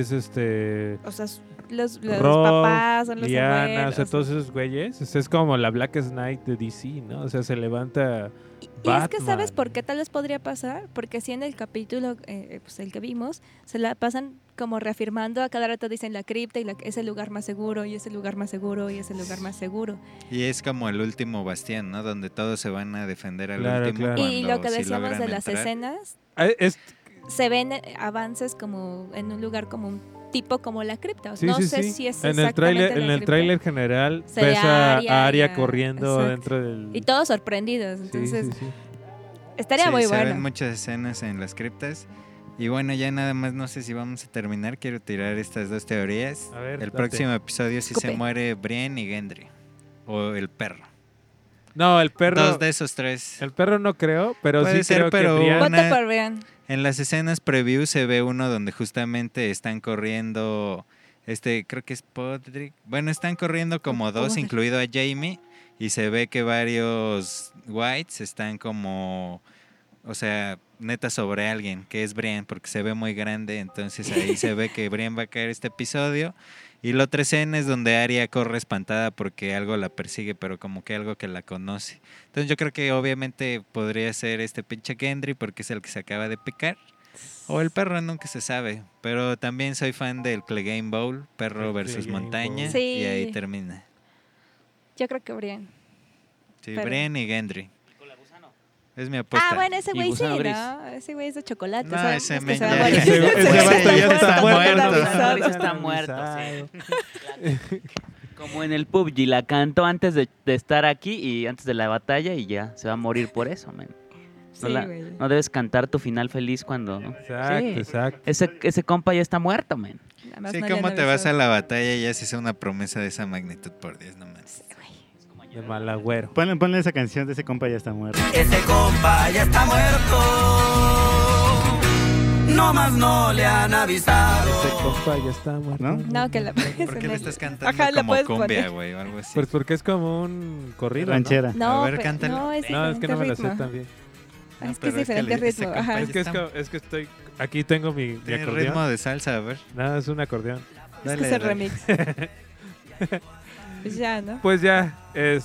B: O sea, los papás, son los
C: Diana,
B: abuelos.
C: O sea, todos esos güeyes. O sea, es como la Blackest Night de DC, ¿no? O sea, se levanta Batman.
B: Y es que ¿sabes por qué tal vez podría pasar? Porque si en el capítulo, pues el que vimos, se la pasan como reafirmando, a cada rato dicen la cripta y es el lugar más seguro, y es el lugar más seguro, y es el lugar más seguro.
A: Y es como el último bastión, ¿no? Donde todos se van a defender al último.
C: Claro.
B: Y lo que decíamos de las escenas, se ven avances como en un lugar como un tipo como la cripta.
C: Sí,
B: no
C: sí,
B: sé
C: sí.
B: si es
C: en
B: exactamente
C: en el tráiler general ves a Arya corriendo dentro del...
B: Y todos sorprendidos. Entonces,
C: sí.
B: Estaría muy bueno.
A: Se ven muchas escenas en las criptas. Y bueno, ya nada más no sé si vamos a terminar. Quiero tirar estas dos teorías.
C: A ver,
A: próximo episodio si se muere Brienne y Gendry. O el perro.
C: No, el perro...
A: Dos de esos tres.
C: El perro no creo, pero
A: puede
C: sí
A: ser,
C: creo
A: pero
C: que Brienne...
B: Voto por Brienne.
A: En las escenas preview se ve uno donde justamente están corriendo, creo que es Podrick. Bueno, están corriendo como dos, incluido a Jaime, y se ve que varios Whites están como o sea, neta sobre alguien, que es Brienne, porque se ve muy grande, entonces ahí se ve que Brienne va a caer este episodio. Y la otra escena es donde Arya corre espantada porque algo la persigue, pero como que algo que la conoce. Entonces yo creo que obviamente podría ser este pinche Gendry porque es el que se acaba de picar. O el perro, nunca se sabe. Pero también soy fan del Clegane Bowl, perro
C: El
A: versus
C: Clegane
A: montaña.
B: Bowl.
A: Y ahí
B: Sí.
A: termina.
B: Yo creo que Brienne.
A: Sí,
B: Pero-
A: Brienne y Gendry. Es mi apuesta.
B: Ah, bueno, ese
G: Y
B: güey sí,
G: Gusano Gris.
B: ¿no? Ese güey es de chocolate.
A: No,
B: sabemos
A: ese
B: que
A: men
B: se va a
A: ya-
B: morir.
C: Ese vato ya está muerto.
G: Gusano está muerto, sí. Como en el PUBG, la cantó antes de estar aquí y antes de la batalla y ya se va a morir por eso, man. No,
B: Sí, güey.
G: no debes cantar tu final feliz cuando...
C: Exacto,
G: Sí.
C: exacto.
G: Ese compa ya está muerto, man.
B: Nada más
A: Sí,
B: no le
A: ¿cómo
B: han
A: te vas
B: avisado.
A: a la batalla y haces una promesa de esa magnitud? Por Dios, no mames.
C: De mal agüero.
F: Ponle esa canción de ese compa ya está muerto.
K: Ese compa ya está muerto. No más no le han avisado.
C: Ese compa ya está muerto.
F: ¿No?
B: No, que la pones
A: ¿Por qué
B: en
A: le
B: el-
A: estás cantando
B: Ajá, la
A: como
B: puedes
A: cumbia,
B: poner.
A: güey, o algo así?
C: Pues porque es como un corrido, ¿no?
F: Ranchera.
B: No,
A: A ver,
B: pero-
A: cántalo.
B: no, es
C: No, es que no me la sé
B: ritmo.
C: también.
B: Ah, es que
A: pero
B: es diferente
A: le- ese
B: ritmo.
A: compa
B: Ajá.
A: ya
C: Es que,
A: está-
C: es que estoy... Aquí tengo mi
A: Tiene
C: acordeón.
A: ritmo de salsa, a ver.
C: No, es un acordeón.
B: Es
A: Dale,
B: que es el
A: dale.
B: remix. Pues ya, ¿no?
C: Pues ya,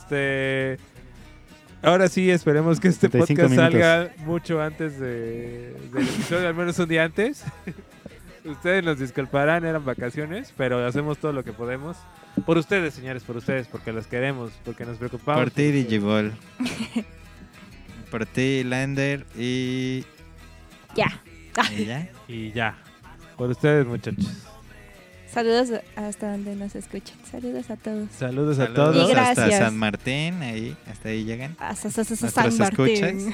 C: ahora sí, esperemos que este
F: 75
C: podcast
F: minutos.
C: salga mucho antes del episodio, al menos un día antes. Ustedes nos disculparán, eran vacaciones, pero hacemos todo lo que podemos. Por ustedes, señores, por ustedes, porque los queremos, porque nos preocupamos.
A: Por ti, Digibol. Por ti, Lander. Y
B: Ya.
A: ¿y ya?
C: Y ya, por ustedes, muchachos.
B: Saludos hasta donde nos escuchen. Saludos a todos.
C: Saludos a
A: Saludos
C: todos.
B: Y gracias.
A: hasta San Martín, hasta ahí llegan.
B: Hasta
A: Nuestros
B: San Martín.
A: escuchas.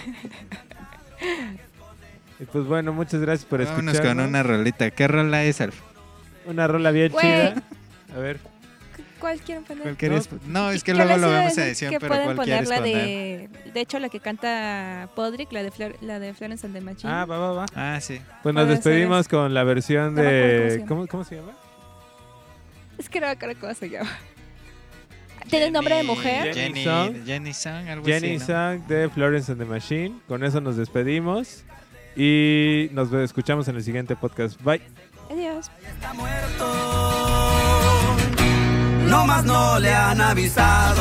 C: Y pues bueno, muchas gracias por
A: Vámonos
C: escucharnos.
A: con una rolita. ¿Qué rola es, Alf?
C: Una rola bien
B: Güey.
C: chida. A ver,
B: ¿Cuál quieren poner?
A: ¿Cuál quieres? No, es que
B: Yo
A: luego
B: les
A: lo
B: iba a
A: vemos en
B: decir
A: edición,
B: que
A: pero
B: pueden
A: ¿cuál
B: poner
A: quieres
B: la
A: poner?
B: de hecho, la que canta Podrick, la de Florence and the Machine.
C: ah, va.
A: Ah, sí.
C: Pues nos
B: Puede ser
C: despedimos
B: esa.
C: con la versión
B: No me acuerdo cómo se
C: de...
B: llama.
C: ¿Cómo se llama?
B: Es que no me acuerdo cómo se llama. ¿Tiene nombre de mujer?
C: Jenny Song.
A: Jenny Song, algo
C: Jenny
A: así, ¿no?
C: Song de Florence and the Machine. Con eso nos despedimos y nos escuchamos en el siguiente podcast. Bye.
B: Adiós.
K: Está muerto. No más no le han avisado.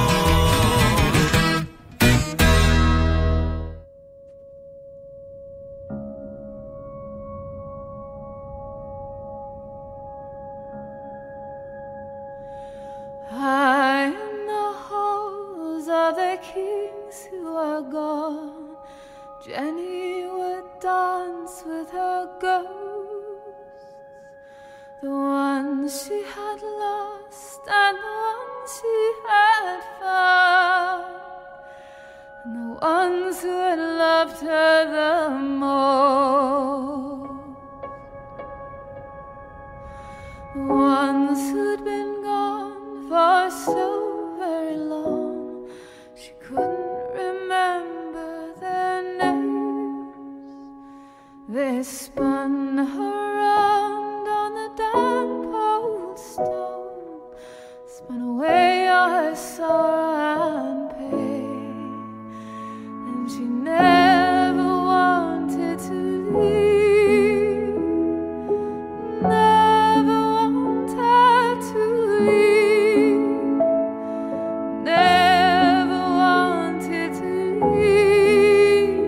L: I am the halls of the kings who are gone. Jenny would dance with her ghosts, the ones she had lost and the ones she had found, and the ones who had loved her the most. The ones who'd been gone for so very long, she couldn't remember their names. They spun her round on the damp old stone, spun away all her sorrow and pain, and she never wanted to leave. Never wanted to leave. Never wanted to leave.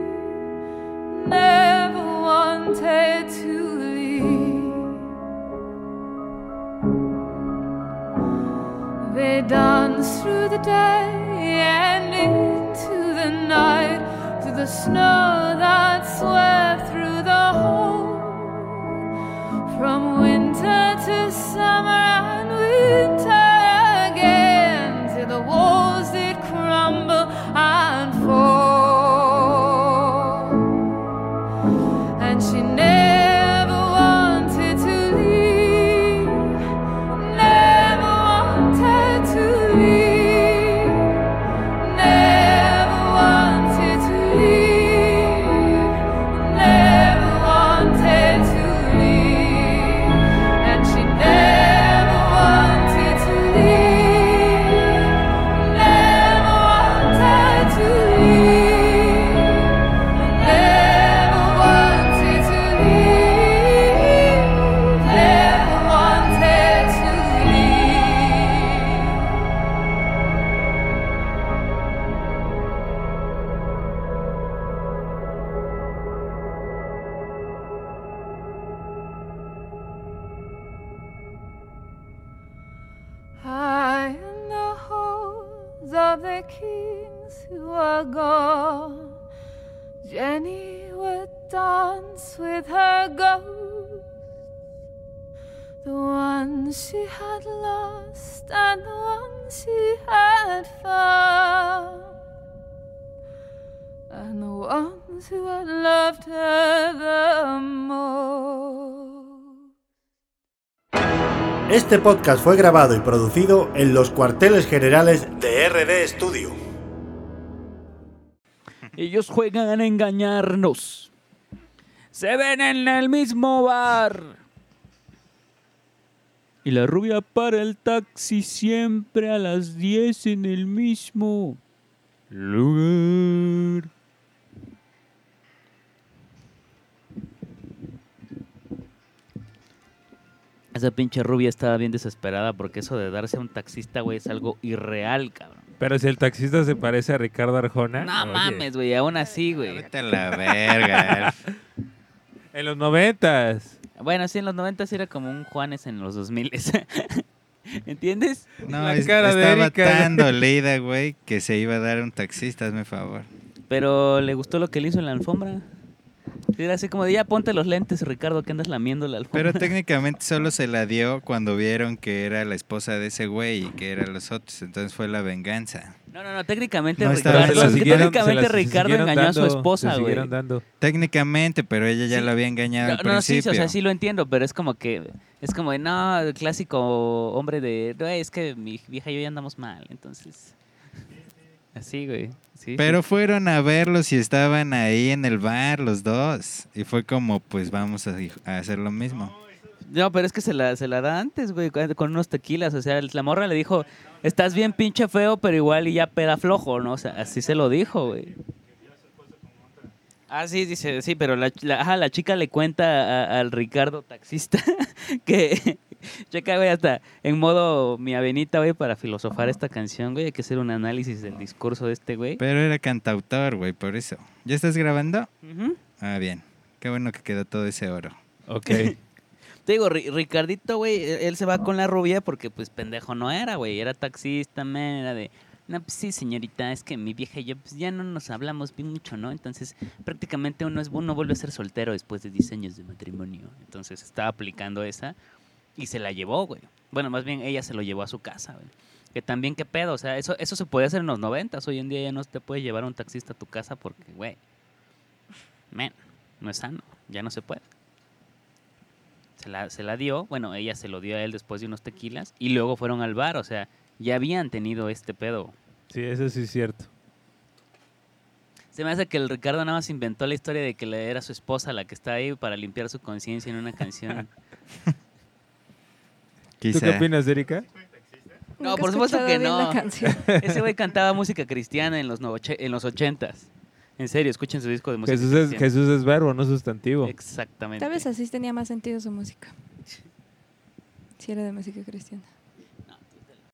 L: Never wanted to leave. They danced through the day and into the night, through the snow that swept through the hole. From winter to summer and winter again, till the walls did crumble and fall. And she never wanted to leave, never wanted to leave, never wanted to leave, never wanted to leave. And she never are gone. Jenny would dance with her ghosts, the ones she had lost and the ones she had found, and the ones who had loved her the most.
E: Este podcast fue grabado y producido en los cuarteles generales de RD Studio.
G: Ellos juegan a engañarnos. Se ven en el mismo bar. Y la rubia para el taxi siempre a las 10 en el mismo lugar. Esa pinche rubia estaba bien desesperada porque eso de darse a un taxista, güey, es algo irreal, cabrón.
C: Pero si el taxista se parece a Ricardo Arjona.
G: No
C: oye.
G: mames, güey, aún así, güey.
A: Vete a la verga.
C: En los 90s.
G: Bueno, sí, en los 90 era como un Juanes en los 2000. ¿Entiendes?
A: No,
C: La cara de
A: estaba
C: Erika,
A: tan
C: güey.
A: dolida, güey, que se iba a dar un taxista, hazme favor.
G: Pero le gustó lo que le hizo en la alfombra. Era así como de, ya ponte los lentes, Ricardo, que andas lamiendo la alfombra.
A: Pero técnicamente solo se la dio cuando vieron que era la esposa de ese güey y que eran los otros. Entonces fue la venganza.
G: No, técnicamente
A: No estaba-
G: Ricardo,
A: se la
G: técnicamente Ricardo engañó a su esposa,
C: se
G: güey.
C: siguieron dando.
A: Técnicamente, pero ella ya
G: Sí.
A: lo había engañado al
G: No, sí,
A: principio.
G: o sea, sí lo entiendo, pero es como de, no, el clásico hombre de, no, es que mi vieja y yo ya andamos mal, entonces. Así, güey. Sí,
A: Pero
G: sí.
A: fueron a verlos y estaban ahí en el bar los dos. Y fue como, pues vamos a hacer lo mismo.
G: No, pero es que se la da antes, güey, con unos tequilas. O sea, la morra le dijo, estás bien pinche feo, pero igual y ya peda flojo, ¿no? O sea, así se lo dijo, güey. Ah, sí, dice, sí, pero la chica le cuenta al Ricardo taxista que, checa, güey, hasta en modo mi avenita, güey, para filosofar esta canción, güey, hay que hacer un análisis del discurso de este güey.
A: Pero era cantautor, güey, por eso. ¿Ya estás grabando?
G: Ujú.
A: Ah, bien. Qué bueno que quedó todo ese oro.
C: Ok.
G: Te digo, Ricardito, güey, él se va con la rubia porque, pues, pendejo no era, güey. Era taxista, man, era de... No, pues sí, señorita, es que mi vieja y yo pues, ya no nos hablamos bien mucho, ¿no? Entonces, prácticamente uno vuelve a ser soltero después de 10 años de matrimonio. Entonces, estaba aplicando esa y se la llevó, güey. Bueno, más bien, ella se lo llevó a su casa, güey. Que también, ¿qué pedo? O sea, eso se podía hacer en los 90s. Hoy en día ya no te puede llevar un taxista a tu casa porque, güey, man, no es sano. Ya no se puede. Se la dio, bueno, ella se lo dio a él después de unos tequilas y luego fueron al bar, o sea, ya habían tenido este pedo.
C: Sí, eso sí es cierto.
G: Se me hace que el Ricardo nada más inventó la historia de que era su esposa la que está ahí para limpiar su conciencia en una canción.
C: ¿Tú qué opinas, Erika?
G: No,
B: Nunca
G: por
B: he
G: supuesto
B: escuchado
G: que
B: bien
G: no.
B: la canción.
G: Ese güey cantaba música cristiana en los 80s. En serio, escuchen su disco de música cristiana.
C: Jesús es verbo, no sustantivo.
G: Exactamente.
B: Tal vez así tenía más sentido su música. Si era de música cristiana.